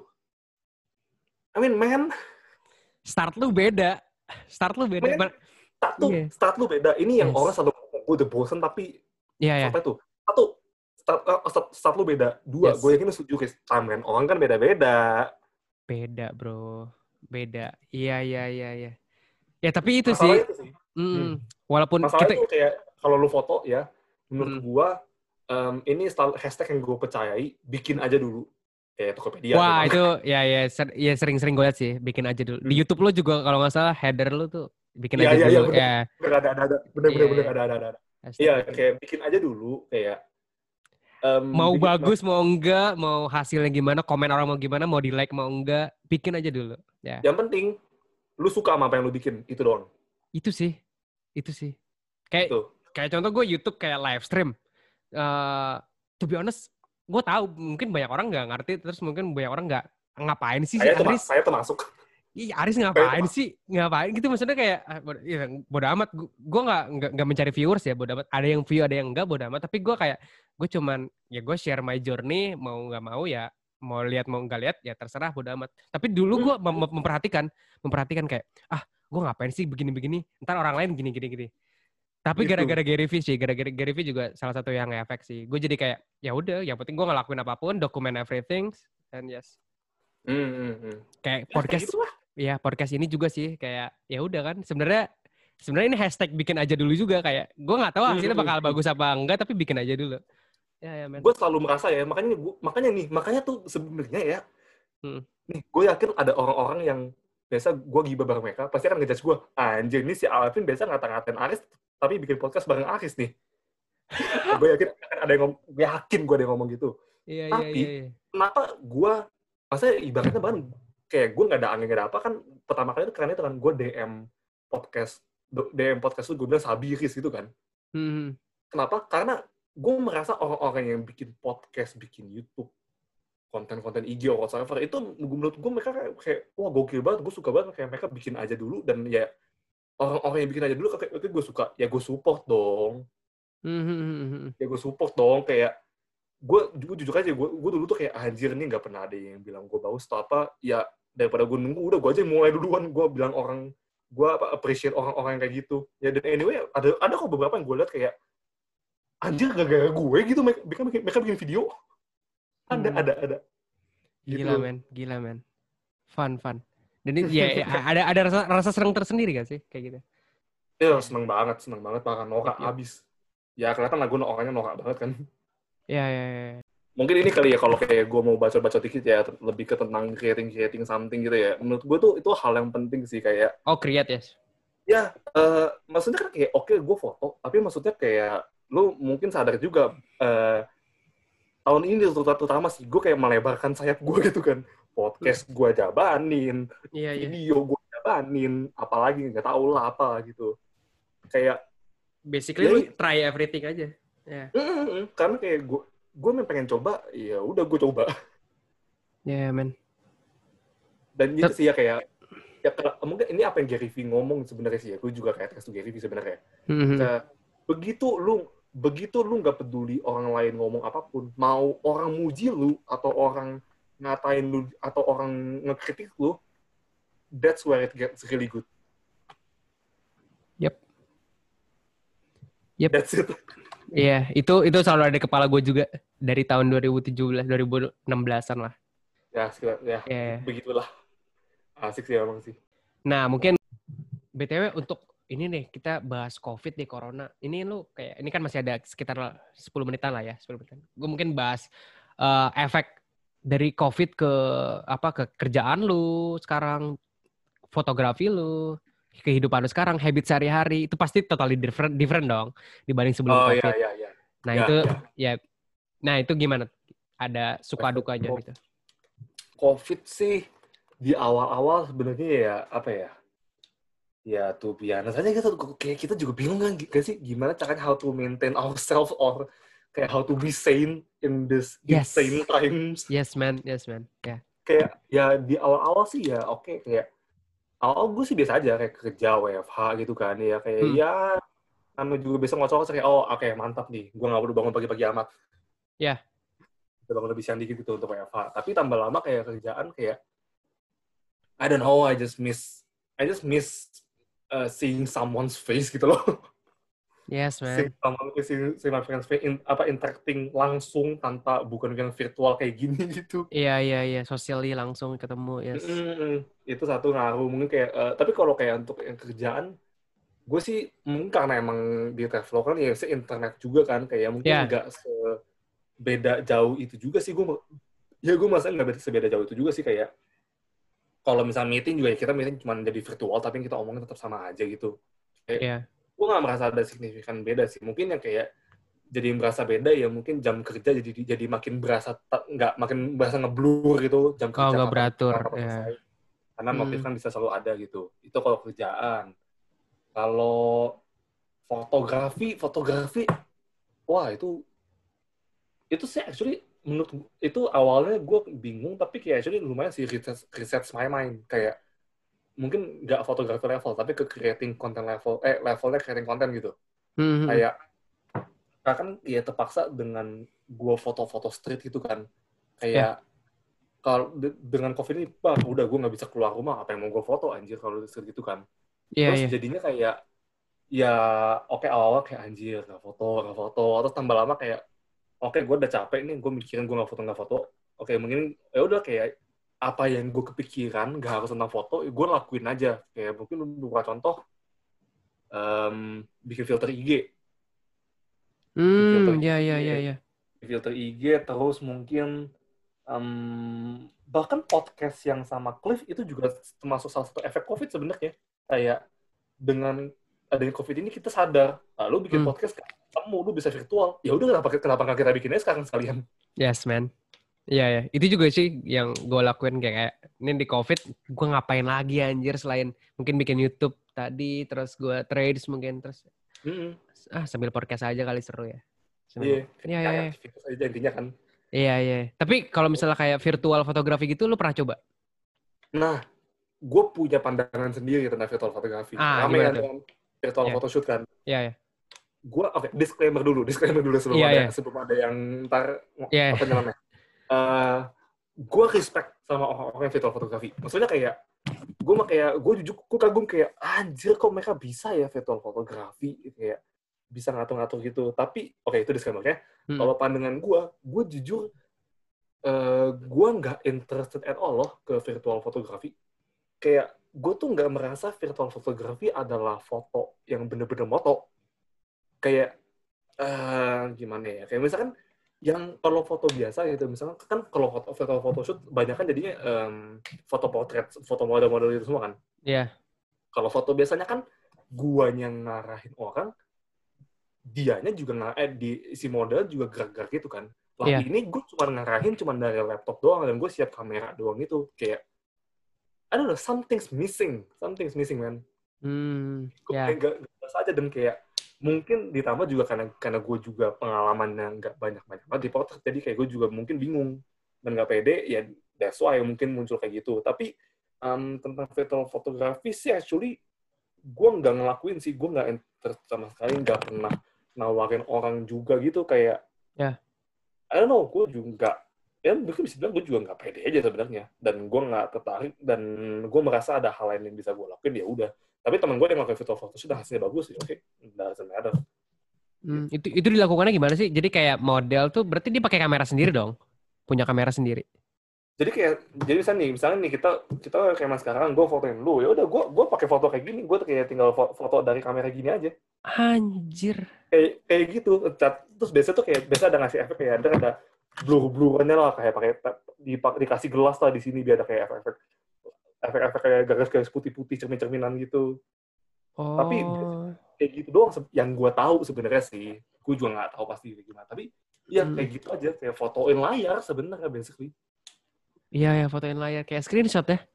I mean, man. Start lu beda. Start lu beda. Man, start, tuh, yeah. start lu beda. Ini yang yes. orang selalu ngomong, gue udah bosen, tapi yeah, sampai yeah. tuh. Satu, start, uh, start, start lu beda. Dua, yes. gue yakin lu setuju, timeline orang kan beda-beda. Beda, bro. Beda. Iya, iya, iya, iya. Ya, tapi itu Masalah sih. Itu sih. Mm, hmm. Walaupun Masalah kita... itu kayak, kalau lu foto ya, menurut hmm. gue, um, ini hashtag yang gue percayai, bikin aja dulu. Kayak Tokopedia. Wah, memang. Itu ya ya ser- ya sering-sering gue lihat sih, bikin aja dulu. Hmm. Di YouTube lo juga kalau nggak salah header lo tuh bikin ya, aja ya, dulu. Ya, bener, ya, bener, ada, ada, ada. Bener, ya, bener, bener, ada, ada, ada. Iya, kayak bikin aja dulu, kayak um, mau bikin, bagus, mau enggak, mau hasilnya gimana, komen orang mau gimana, mau di like, mau enggak, bikin aja dulu. Ya. Yang penting, lu suka sama apa yang lu bikin, itu doang. Itu sih, itu sih. Kayak, itu. kayak contoh gue YouTube kayak live stream. Uh, to be honest, gue tahu mungkin banyak orang nggak ngerti, terus mungkin banyak orang nggak ngapain sih saya si Aris? Saya termasuk. Iya, Aris ngapain sih? Ngapain gitu maksudnya kayak ya, bodo amat. Gue nggak nggak mencari viewers ya, bodo amat. Ada yang view, ada yang enggak, bodo amat. Tapi gue kayak gue cuman ya gue share my journey, mau nggak mau ya, mau lihat mau nggak lihat ya terserah, bodo amat. Tapi dulu gue mem- memperhatikan, memperhatikan kayak ah gue ngapain sih begini-begini? Ntar orang lain gini-gini gini. Tapi gitu. Gara-gara Gary Vee sih, gara-gara Gary Vee juga salah satu yang efek sih. Gue jadi kayak, ya udah, yang penting gue ngelakuin apapun, dokumen everything, and yes. Mm-hmm. Kayak podcast, ya podcast ini juga sih, kayak ya udah kan. Sebenarnya, sebenarnya ini hashtag bikin aja dulu juga kayak, gue nggak tahu hasilnya bakal mm-hmm. bagus apa enggak, tapi bikin aja dulu. Ya, ya, gue selalu merasa ya, makanya gua, makanya nih, makanya tuh sebenarnya ya, hmm. nih gue yakin ada orang-orang yang biasa gue gibah bareng mereka, pasti kan ngejudge gue, anjir ini si Alvin biasa ngata-ngatain Aris, tapi bikin podcast bareng Aris nih. Gue yakin ada yang ngomong, gue yakin gue ada yang ngomong gitu. Iya, tapi iya, iya. kenapa gue, maksudnya ibaratnya bahkan kayak gue nggak ada angin nggak ada apa kan, pertama kali itu karena itu kan gue D M podcast, D M podcast itu gue bilang Sabiris gitu kan. Hmm. Kenapa? Karena gue merasa orang-orang yang bikin podcast, bikin YouTube, konten-konten I G, or whatever, itu menurut gue mereka kayak, kayak wah gokil banget, gue suka banget kayak mereka bikin aja dulu, dan ya orang-orang yang bikin aja dulu kayak, kayak gue suka, ya gue support dong. Mm-hmm. Ya gue support dong, kayak gue, gue jujur aja, gue, gue dulu tuh kayak anjir nih gak pernah ada yang bilang gue bagus atau apa, ya daripada gue nunggu, udah gue aja mulai duluan, gue bilang orang, gue apa, appreciate orang-orang yang kayak gitu. Ya dan anyway, ada ada kok beberapa yang gue liat kayak, anjir gara-gara gue gitu, mereka bikin, mereka bikin video. Ada, hmm. ada, ada. Gitu. Gila men, gila men. Fun, fun. Dan ini ya, ya ada ada rasa rasa senang tersendiri kan sih kayak gitu. Iya, seneng banget, seneng banget bahkan norak ya, abis. Ya kelihatan lah gue orangnya norak banget kan. Iya, iya, iya. Mungkin ini kali ya kalau kayak gue mau baca-baca dikit ya, lebih ke tentang creating-creating something gitu ya. Menurut gue tuh itu hal yang penting sih kayak. Oh, create yes. Ya, uh, maksudnya kan kayak oke okay, gue foto, tapi maksudnya kayak lu mungkin sadar juga uh, tahun ini terutama sih, gue kayak melebarkan sayap gue gitu kan. Podcast gue jabanin, Iya, iya. video gue jabanin, apalagi nggak tahu lah apa gitu. Kayak basically ya, lu try everything aja. Ya. Yeah. Karena kayak gue, gue memang pengen coba, ya udah gue coba. Ya, yeah, man. Dan gitu sih ya kayak, ya mungkin ini apa yang Gary Vee ngomong sebenarnya sih ya. Gue juga kayak text to Gary Vee sebenarnya. Mm-hmm. Kayak, begitu lu begitu lu nggak peduli orang lain ngomong apapun, mau orang muji lu atau orang ngatain lu atau orang ngekritik lu, that's where it gets really good. Yep. Yep. That's it. Iya, yeah, itu itu selalu ada di kepala gue juga dari tahun dua ribu tujuh belas, dua ribu enam belasan lah. Ya, sekitar, ya yeah. Begitulah. Asik sih emang sih. Nah, mungkin B T W untuk ini nih, kita bahas COVID nih, Corona. Ini lu kayak, ini kan masih ada sekitar sepuluh menitan lah ya, sepuluh menitan. Gue mungkin bahas uh, efek dari COVID ke apa ke kerjaan lu sekarang, fotografi lu, kehidupan lu sekarang, habit sehari-hari. Itu pasti totally different different dong dibanding sebelum oh, COVID. Iya, iya, iya. Nah, ya, itu ya. ya nah, itu gimana? Ada suka dukanya gitu. COVID sih di awal-awal sebenarnya ya apa ya? Ya tuh biasa saja gitu, kayak kita juga bingung kan gak sih gimana caranya how to maintain ourselves or kayak how to be sane in this yes. insane times. Yes man, yes man. Ya. Yeah. Kayak ya di awal-awal sih ya oke okay, kayak awal gue sih biasa aja kayak kerja W F H gitu kan ya kayak hmm. ya namanya juga besok ngocok kayak oh oke okay, mantap nih gue nggak perlu bangun pagi-pagi amat. Ya. Yeah. Bangun lebih siang dikit gitu untuk W F H. Tapi tambah lama kayak kerjaan kayak I don't know I just miss I just miss Uh, seeing someone's face gitu loh. Yes, man. Seeing someone, seeing, seeing my friend's face, in, apa interacting langsung tanpa bukan yang virtual kayak gini gitu. Iya, iya, iya. Socially langsung ketemu, yes. Mm-hmm. Itu satu ngaruh. Mungkin kayak, uh, tapi kalau kayak untuk yang kerjaan, gue sih mungkin karena emang di travel kan ya sih internet juga kan, kayak mungkin yeah. nggak sebeda jauh itu juga sih. Gue, ya gue masa nggak sebeda jauh itu juga sih kayak. Kalau misalnya meeting juga ya kita meeting cuma jadi virtual tapi yang kita omongin tetap sama aja gitu. Kayak, yeah. Gue nggak merasa ada signifikan beda sih. Mungkin yang kayak jadi merasa beda ya mungkin jam kerja jadi jadi makin berasa nggak makin berasa ngeblur gitu jam kerja. Oh nggak beratur. Yeah. Karena notif kan hmm. bisa selalu ada gitu. Itu kalau kerjaan. Kalau fotografi, fotografi, wah itu itu sih actually menurut itu awalnya gue bingung tapi kayak actually lumayan sih reset, reset my mind kayak mungkin nggak fotografi level tapi ke creating content level eh levelnya creating content gitu mm-hmm. kayak karena kan ya terpaksa dengan gue foto-foto street gitu kan kayak yeah. kalau de- dengan COVID ini bah udah gue nggak bisa keluar rumah apa yang mau gue foto anjir kalau street gitu kan yeah, terus yeah. jadinya kayak ya oke okay, awal-awal kayak anjir nggak foto nggak foto terus tambah lama kayak oke, gue udah capek nih, gue mikirin gue nggak foto nggak foto. Oke, mungkin ya udah kayak apa yang gue kepikiran nggak harus tentang foto, gue lakuin aja. Kayak mungkin beberapa contoh, um, bikin filter I G. Hmm, ya ya ya ya. Filter I G, terus mungkin um, bahkan podcast yang sama Cliff itu juga termasuk salah satu efek COVID sebenarnya. Kayak dengan adanya COVID ini kita sadar, lalu bikin hmm. podcast ketemu, lu bisa virtual. Ya udah kenapa kenapa nggak kita bikinnya sekarang sekalian? Yes, man. Iya ya, itu juga sih yang gue lakuin kayak ini di COVID, gue ngapain lagi anjir selain mungkin bikin YouTube tadi, terus gue trades mungkin terus mm-hmm. ah sambil podcast aja kali seru ya. Iya, iya iya. Aktivitas aja intinya kan. Iya iya. Tapi kalau misalnya kayak virtual fotografi gitu, lu pernah coba? Nah, gue punya pandangan sendiri tentang virtual fotografi. Ah, Ramai kan virtual yeah. photoshoot kan. Iya yeah, iya. Yeah. Gue oke okay, disclaimer dulu, disclaimer dulu sebelum yeah, ada yeah. sebelum ada yang ntar yeah. apa namanya. Uh, gue respect sama orang-orang virtual fotografi. Maksudnya kayak gue mah kayak gue jujur gue kagum kayak anjir kok mereka bisa ya virtual fotografi kayak bisa ngatur-ngatur gitu. Tapi oke okay, itu disclaimer-nya. Hmm. Kalau pandangan gue, gue jujur uh, gue nggak interested at all loh ke virtual fotografi. Kayak gue tuh nggak merasa virtual fotografi adalah foto yang bener-bener moto. Kayak uh, gimana ya? Kayak misalkan yang kalau foto biasa gitu, misalnya kan kalau foto virtual photoshoot banyak kan jadinya um, foto portrait, foto model-model itu semua kan. Iya. Yeah. Kalau foto biasanya kan guanya ngarahin orang, dianya juga nggak eh di si model juga gerak-gerak gitu kan. Lah Iya. ini gue cuma ngarahin cuma dari laptop doang dan gue siap kamera doang itu kayak I don't know, something's missing, something's missing man. Hmm, Gue ya. kayak gak, gak saja dan kayak mungkin ditambah juga karena karena gue juga pengalamannya nggak banyak-banyak banget di potret, jadi kayak gue juga mungkin bingung dan nggak pede, ya that's why mungkin muncul kayak gitu. Tapi um, tentang virtual fotografi sih actually gue nggak ngelakuin sih, gue nggak enter sama sekali, nggak pernah nawarin orang juga gitu kayak Ya. I don't know, gue juga ya mungkin bisa bilang gue juga nggak pede aja sebenarnya dan gue nggak tertarik dan gue merasa ada hal lain yang bisa gue lakuin, ya udah. Tapi teman gue yang ngelakuin virtual photo sudah hasilnya bagus, ya oke, okay, doesn't matter. Hmm, itu itu dilakukannya gimana sih? Jadi kayak model tuh berarti dia pakai kamera sendiri dong? Punya kamera sendiri. Jadi kayak jadi misalnya nih, misalnya nih kita kita kayak mas sekarang gue fotoin lu, ya udah gue gue pakai foto kayak gini, gue kayak tinggal foto dari kamera gini aja. Anjir. Kayak kayak gitu. Terus biasa tuh kayak biasa ada ngasih efek kayak ada ada blur-blurannya lah, kayak pakai di, dikasih gelas lah di sini biar ada kayak efek-efek efek-efek kayak garis-garis putih-putih cermin-cerminan gitu. Oh. Tapi kayak gitu doang yang gue tahu sebenarnya sih. Gue juga nggak tahu pasti gimana. Tapi ya Hmm. kayak gitu aja, kayak fotoin layar sebenarnya basically. Iya ya, fotoin layar kayak screenshot ya.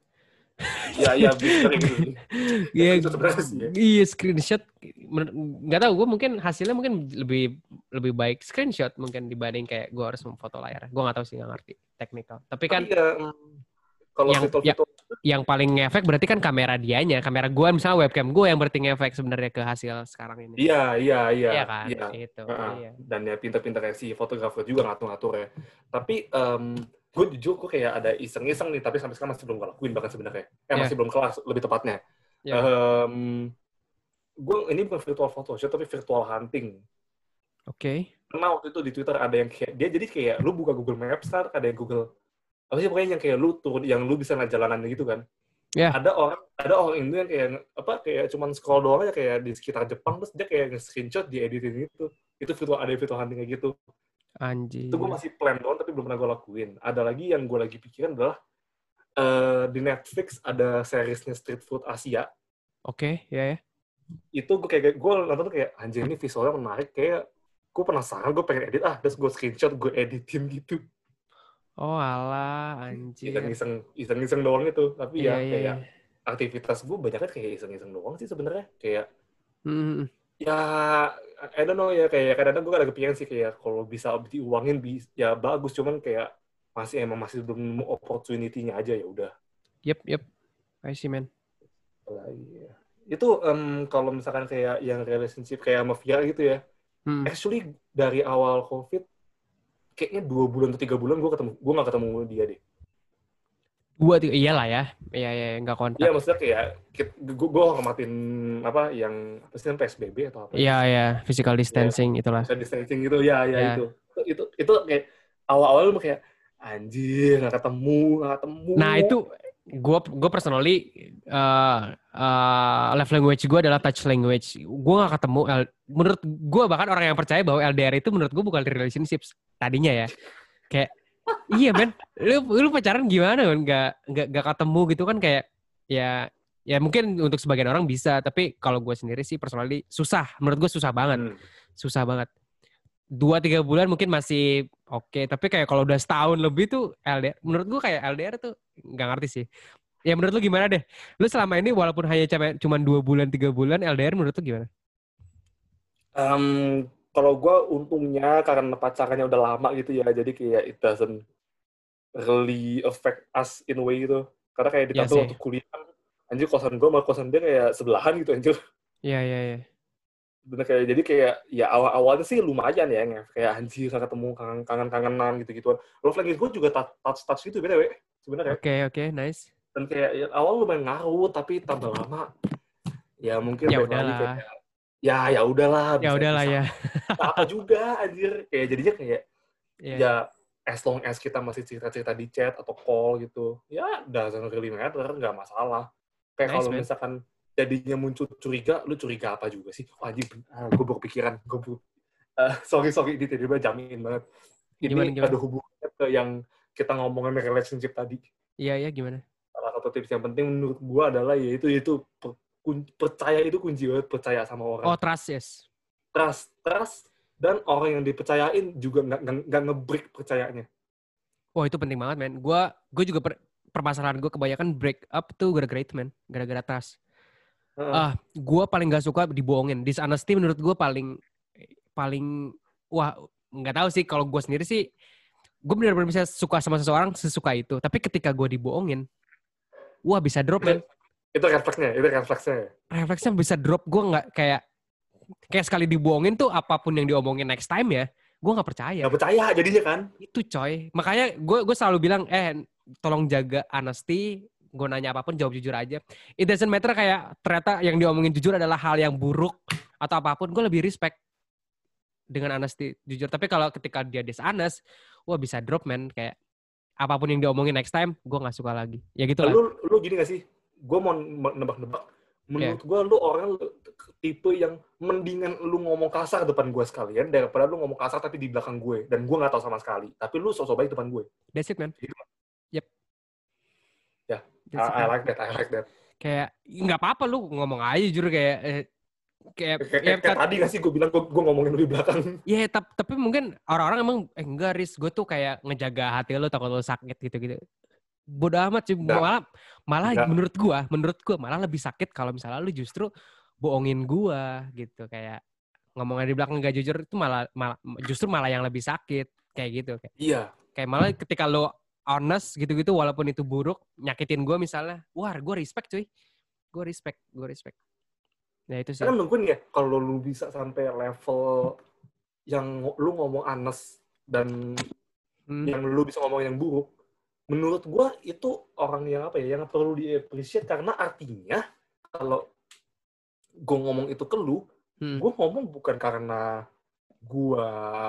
Ya ya bisa kayak gitu sih. Iya, Itu sebenarnya sih ya. iya screenshot. Nggak tahu, gue mungkin hasilnya mungkin lebih lebih baik screenshot mungkin dibanding kayak gue harus memfoto layar. Gue nggak tahu sih, nggak ngerti teknikal. Tapi kan Tapi ya kalau yang ya, virtual-virtual yang paling ngefek berarti kan kamera dianya, kamera gue misalnya webcam gue yang berarti ngefek sebenarnya ke hasil sekarang ini. iya, iya, iya. Iya kan? Iya. Itu. Uh-uh. Iya. Dan ya pinter-pinter kayak si fotografer juga ngatur-ngatur ya. Tapi um, gue jujur gue kayak ada iseng-iseng nih, tapi sampai sekarang masih belum gue lakuin bahkan sebenarnya. Eh, Yeah. masih belum kelas, lebih tepatnya. Yeah. Um, gue ini bukan virtual photo shoot, tapi virtual hunting. Oke. Okay. Karena waktu itu di Twitter ada yang kayak, dia jadi kayak, lu buka Google Maps, kan ada yang Google, apa sih pokoknya yang kayak lu turun, yang lu bisa ngeliat jalanan gitu kan. Yeah. Ada orang, ada orang Indo yang kayak apa kayak cuman scroll doang aja kayak di sekitar Jepang, terus dia kayak nge-screenshot, dieditin gitu. Itu virtual, ada virtual hunting kayak gitu. Anjir. Itu gue masih plan doang tapi belum pernah gue lakuin. Ada lagi yang gue lagi pikirin adalah uh, di Netflix ada seriesnya Street Food Asia. Oke, okay, ya ya. Itu gue kayak gue nonton tuh kayak anjir ini visualnya menarik, kayak gue penasaran, gue pengen edit ah, terus gue screenshot, gue editin gitu. Oh alah, anjir. Iseng-iseng, iseng-iseng doang itu. Tapi iya, ya iya, kayak iya. aktivitas gue banyak kan kayak iseng-iseng doang sih sebenarnya. Kayak hmm. ya I don't know ya, kayak kadang-kadang gue ada kepikiran sih kayak kalau bisa diuangin ya bagus, cuman kayak masih emang masih belum nemu opportunity-nya aja, ya udah. Yep, yep. I see, man. Oh, iya. Itu um, kalau misalkan kayak yang relationship kayak sama Via gitu ya. Hmm. Actually dari awal COVID kayaknya dua bulan atau tiga bulan gue ketemu, gue nggak ketemu dia deh. Dua tiga, iyalah ya, iya iya nggak kontak. Iya maksudnya kayak gue gue hormatin apa yang apa sih P S B B atau apa? Iya iya, physical distancing ya, itulah. Physical distancing gitu, ya ya, ya. Itu. itu itu itu kayak awal-awal lu kayak anjir nggak ketemu nggak ketemu. Nah itu gue gue personally uh, uh, love language gue adalah touch language. Gue nggak ketemu. Menurut gue bahkan orang yang percaya bahwa L D R itu menurut gue bukan relationships tadinya ya. Kayak iya men, lu lu pacaran gimana kan? Nggak nggak nggak ketemu gitu kan kayak ya ya mungkin untuk sebagian orang bisa, tapi kalau gue sendiri sih personally susah. Menurut gue susah banget, hmm. susah banget. Dua tiga bulan mungkin masih oke, okay. Tapi kayak kalau udah setahun lebih tuh L D R, menurut gue kayak L D R tuh nggak ngerti sih. Ya menurut lu gimana deh? Lu selama ini walaupun hanya cuma dua bulan tiga bulan L D R menurut lu gimana? Um, kalau gue untungnya karena pacarannya udah lama gitu ya, jadi kayak it doesn't really affect us in a way gitu. Karena kayak di kantor ya waktu kuliah, anjir kosan gue sama kosan dia kayak sebelahan gitu anjir. Iya iya iya. Bener kayak jadi kayak ya awal-awalnya sih lumayan ya, kayak anjir gak ketemu, kangen-kangenan gitu-gituan. Love language gue juga touch-touch gitu beda we sebenarnya. Oke okay, oke okay, nice. Dan kayak ya, awal lumayan ngaruh tapi tambah lama ya mungkin ya baik lagi kayak ya ya udahlah ya udahlah ya. Apa juga anjir kayak jadinya kayak yeah. ya as long as kita masih cerita-cerita di chat atau call gitu ya doesn't really matter, nggak masalah. Kayak nice, kalau man. Misalkan jadinya muncul curiga, lu curiga apa juga sih? Oh, anjing, ah, gue berpikiran, gue ber... uh, sorry sorry ini tiba-tiba jamin banget. Ini gimana, gimana? Ada hubungannya ke yang kita ngomongin relationship tadi. Iya iya gimana? Salah satu tips yang penting menurut gue adalah yaitu itu percaya itu kunci banget, percaya sama orang. Oh trust yes. Trust, trust Dan orang yang dipercayain juga nggak nggak nge-break percayanya. Wah, itu penting banget, men. Gue gue juga per, permasalahan gue kebanyakan break up tuh gara-gara itu, men. Gara-gara trust. Uh. Ah, gue paling gak suka dibohongin. Dishonesty menurut gue paling paling wah nggak tahu sih, kalau gue sendiri sih gue benar-benar bisa suka sama seseorang sesuka itu. Tapi ketika gue dibohongin, wah bisa drop, men. Itu refleksnya, itu refleksnya. Refleksnya bisa drop. Gue nggak kayak kayak sekali dibohongin tuh apapun yang diomongin next time ya, gue nggak percaya. Nggak percaya jadinya kan? Itu coy. Makanya gue gue selalu bilang, eh tolong jaga honesty. Gue nanya apapun jawab jujur aja. It doesn't matter kayak ternyata yang diomongin jujur adalah hal yang buruk atau apapun, gue lebih respect dengan honesty jujur. Tapi kalau ketika dia dishonest, wah bisa drop, man. Kayak apapun yang diomongin next time, gue nggak suka lagi. Ya gitu lah. Lu lu gini gak sih? Gue mau nebak-nebak. Menurut yeah. gue lu orang tipe yang mendingan lu ngomong kasar depan gue sekalian daripada lu ngomong kasar tapi di belakang gue dan gue nggak tahu sama sekali. Tapi lu sok-sok baik depan gue. That's it, man. Gitu. Yep. Ya, yeah. I, I like that. I like that. Kayak nggak apa-apa lu ngomong aja jujur kayak eh, kayak kayak, ya, kayak tadi nggak sih gue bilang gue, gue ngomongin lu di belakang. Iya, yeah, tapi, tapi mungkin orang-orang emang eh enggak, Riz, gue tuh kayak ngejaga hati lu takut lu sakit gitu-gitu. Bodoh amat sih, malah malah Nggak. menurut gua, menurut gua malah lebih sakit kalau misalnya lu justru bohongin gua gitu, kayak ngomongnya di belakang gak jujur itu malah, malah justru malah yang lebih sakit kayak gitu kayak. Iya. Kayak malah ketika lu honest gitu-gitu walaupun itu buruk nyakitin gua misalnya, wah gua respect cuy. Gua respect, gua respect. Nah itu sih. Kan nungguin ya kalau lu bisa sampai level yang lu ngomong honest dan hmm. yang lu bisa ngomong yang buruk. Menurut gue itu orang yang apa ya, yang perlu di-appreciate karena artinya kalau gue ngomong itu ke lu, hmm. gue ngomong bukan karena gue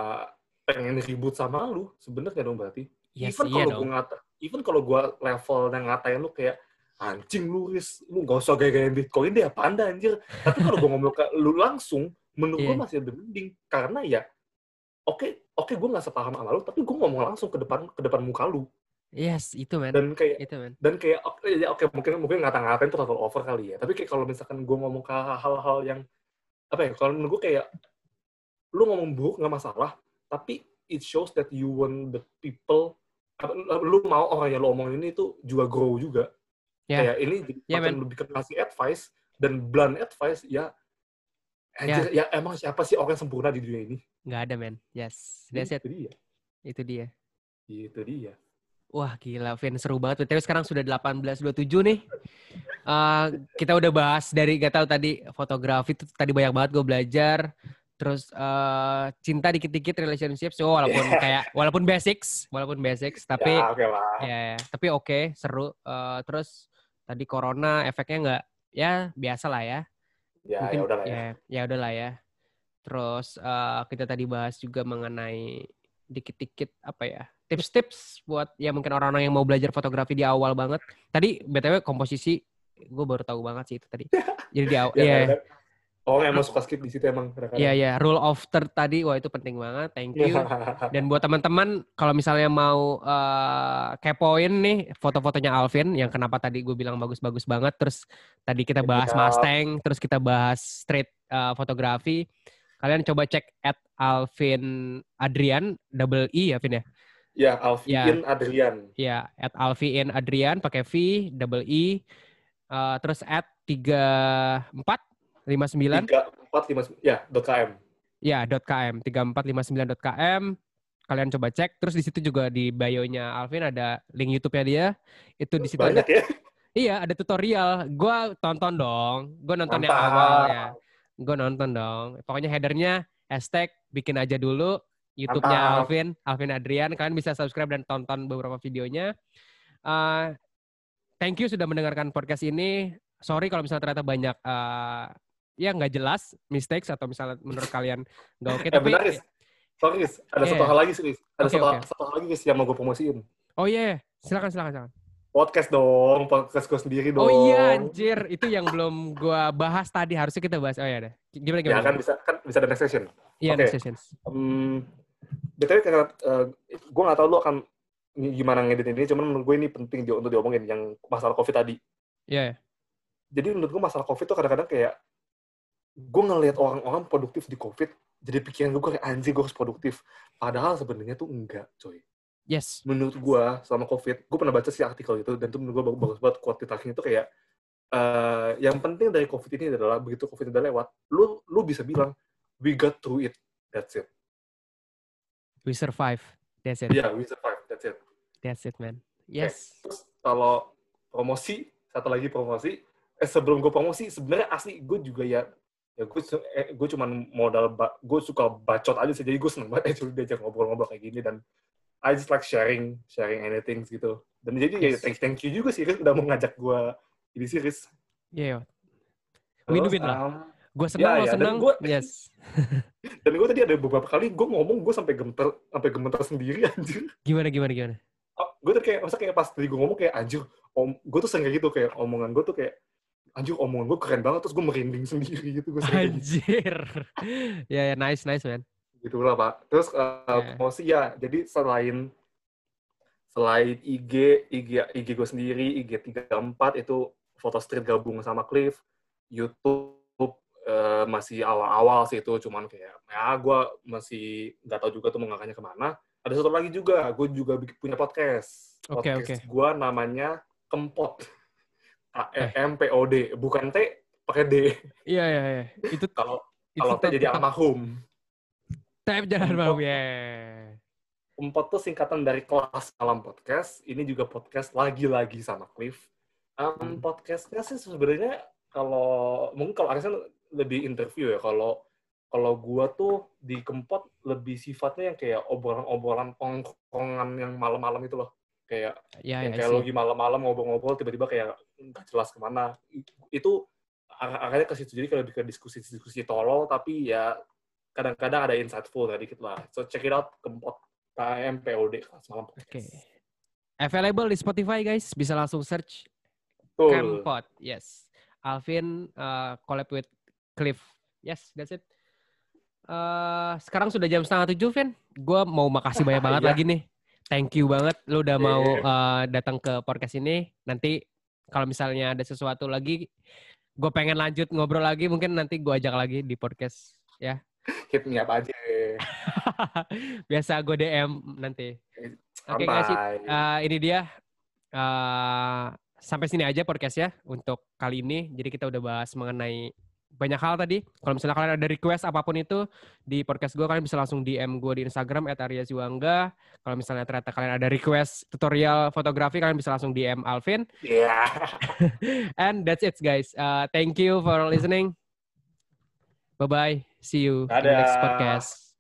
pengen ribut sama lu, sebenarnya dong berarti. Yes, even iya kalau gue ngata, even kalau gue level yang ngatain lu kayak anjing lu, Riz, lu gak usah gaya-gayain Bitcoin deh, apaan dah anjir. Tapi kalau gue ngomong ke lu langsung, menurut yeah. gue masih lebih mending karena ya, oke, okay, oke okay, gue nggak sepaham sama lu, tapi gue ngomong langsung ke depan ke depan muka lu. Yes, itu man. Dan kayak, itu, man. dan kayak, oke, ya, oke mungkin mungkin ngata-ngatain itu terlalu over kali ya. Tapi kayak kalau misalkan gue ngomong ke hal-hal yang apa ya? Kalau menurut gue kayak, lu ngomong buruk nggak masalah, tapi it shows that you want the people, lu mau orang yang lu omongin ini itu juga grow juga. Yeah. Kayak ini yeah, akan lebih kasih advice dan blunt advice ya. Anjir, yeah. ya emang siapa sih orang yang sempurna di dunia ini? Nggak ada, man. Yes, that's it. Itu dia. Itu dia. Itu dia. Wah gila, Vin, seru banget. Tapi sekarang sudah delapan belas dua puluh tujuh nih. Uh, kita udah bahas dari, gak tahu tadi, fotografi tuh tadi banyak banget gue belajar. Terus uh, cinta dikit-dikit, relationships. Oh, walaupun kayak, walaupun basics. Walaupun basics, tapi ya, okay lah. Ya, ya, tapi oke, okay, seru. Uh, terus tadi corona efeknya nggak, ya biasa lah ya. Ya, ya udahlah ya. Ya, ya udahlah ya. Terus uh, kita tadi bahas juga mengenai dikit-dikit apa ya, tips-tips buat ya mungkin orang-orang yang mau belajar fotografi di awal banget. Tadi B T W komposisi gue baru tahu banget sih itu tadi. Jadi di awal. ya, ya. Oh, emang suka skip di situ emang. Iya iya, rule of third tadi, wah itu penting banget. Thank you. Dan buat teman-teman kalau misalnya mau uh, kepoin nih foto-fotonya Alvin yang kenapa tadi gue bilang bagus-bagus banget. Terus tadi kita bahas Mustang, terus kita bahas street uh, fotografi. Kalian coba cek at Alvin Adrian, double I ya, Vin ya? Ya, Alvin ya. Adrian. Ya, at Alvin Adrian, pakai V, double I. Uh, terus at tiga empat lima sembilan. tiga empat lima sembilan, ya, .km. Ya, .km, tiga empat lima sembilan .km. Kalian coba cek. Terus di situ juga di bio-nya Alvin ada link YouTube-nya dia. Itu di situ banyak ada, ya? Iya, ada tutorial. Gue tonton dong. Gue nonton yang awal ya. Gue nonton dong. Pokoknya headernya hashtag bikin aja dulu YouTube-nya Alvin, Alvin Adrian. Kalian bisa subscribe dan tonton beberapa videonya. Uh, thank you sudah mendengarkan podcast ini. Sorry kalau misalnya ternyata banyak uh, ya nggak jelas mistakes atau misalnya menurut kalian nggak oke. Okay, eh, tapi benar, sorry, Riz. Ada yeah. satu hal lagi, Riz. Ada okay, satu, okay. satu hal lagi, Riz, yang mau gue promosiin. Oh iya, yeah. silakan, silakan, silakan. Podcast dong, podcast gue sendiri dong. Oh iya, anjir. Itu yang belum gue bahas tadi. Harusnya kita bahas. Oh iya deh. Gimana, gimana? Ya kan bisa, kan bisa ada next session. Iya, okay. next session. Um, B T W karena uh, gue nggak tahu lo akan gimana ngedit ini, cuman menurut gue ini penting untuk diomongin yang masalah COVID tadi. Iya. Yeah. Jadi menurut gue masalah COVID tuh kadang-kadang kayak gue ngelihat orang-orang produktif di COVID, jadi pikiran gue kayak anjir gue harus produktif. Padahal sebenarnya tuh enggak, coy. Yes. Menurut gue selama COVID, gue pernah baca sih artikel itu dan tuh menurut gue bagus banget quote terakhirnya itu kayak uh, yang penting dari COVID ini adalah begitu COVID udah lewat, lu lu bisa bilang we got through it, that's it. We survive, that's it. Iya, yeah, we survive, that's it. That's it, man. Yes. Okay. Terus kalau promosi, satu lagi promosi, eh sebelum gue promosi sebenarnya asli gue juga ya ya gue eh, gue cuma modal ba- gue suka bacot aja sih, jadi gue seneng banget eh diajak ngobrol-ngobrol kayak gini dan I just like sharing sharing anything gitu. Dan jadi yes. ya thank, thank you juga sih Riz udah mau ngajak gue ini sih Riz. Iya. Yeah. Win-win lah. Um, gue seneng ya, lo ya. seneng. Gua, yes. Dan gue tadi ada beberapa kali gue ngomong gue sampai gemeter sampai gemeter sendiri anjir. Gimana gimana gimana? Oh, gue tuh kayak masa kayak pas tadi gue ngomong kayak anjir, om, gue tuh sering kayak gitu kayak omongan gue tuh kayak anjir omongan gue keren banget terus gue merinding sendiri gitu gue sering anjir ya ya nice nice man gitulah pak. Terus uh, yeah. promosi ya jadi selain selain I G I G I G gue sendiri I G tiga puluh empat itu Foto Street gabung sama Cliff, YouTube uh, masih awal-awal sih itu cuman kayak ya gue masih nggak tahu juga tuh mengangkatnya kemana. Ada satu lagi juga gue juga punya podcast okay, podcast okay. gue namanya Kempot. A E M P O D, bukan T, pakai D. Iya, iya, iya. Itu kalau kalau T jadi almarhum. T jadi almarhum, ya. Kempot tuh singkatan dari Kelas Malam Podcast. Ini juga podcast lagi-lagi sama Cliff. Um, hmm. Podcastnya sih sebenarnya kalau mungkin kalau Arisan lebih interview ya. Kalau kalau gua tuh di Kempot lebih sifatnya yang kayak obrolan-obrolan pongkongan yang malam-malam itu loh. Kayak ya, yang ya, kayak sih. lagi malam-malam ngobrol-ngobrol tiba-tiba kayak nggak jelas kemana. Itu arahnya ke situ, jadi kayak lebih ke diskusi-diskusi tolol tapi ya kadang-kadang ada insightful lah dikit lah. So check it out, Kempot K M P O D Kelas Malam Podcast. Oke. Okay. Available di Spotify guys, bisa langsung search Betul. Kempot. Yes. Alvin uh, collab with Cliff. Yes, that's it. Uh, sekarang sudah jam setengah tujuh, Vin. Gue mau makasih banyak banget lagi nih. Thank you banget lu udah yeah. mau uh, datang ke podcast ini. Nanti kalau misalnya ada sesuatu lagi, gue pengen lanjut ngobrol lagi, mungkin nanti gue ajak lagi di podcast ya. Hit me up aja. Biasa gue D M nanti. Oke okay, guys, uh, ini dia. Uh, sampai sini aja podcast ya untuk kali ini. Jadi kita udah bahas mengenai banyak hal tadi. Kalau misalnya kalian ada request apapun itu di podcast gue, kalian bisa langsung D M gue di Instagram at arya siwangga. Kalau misalnya ternyata kalian ada request tutorial fotografi, kalian bisa langsung D M Alvin. Yeah. And that's it guys. Uh, thank you for listening. Bye-bye. See you Dadah. in the next podcast.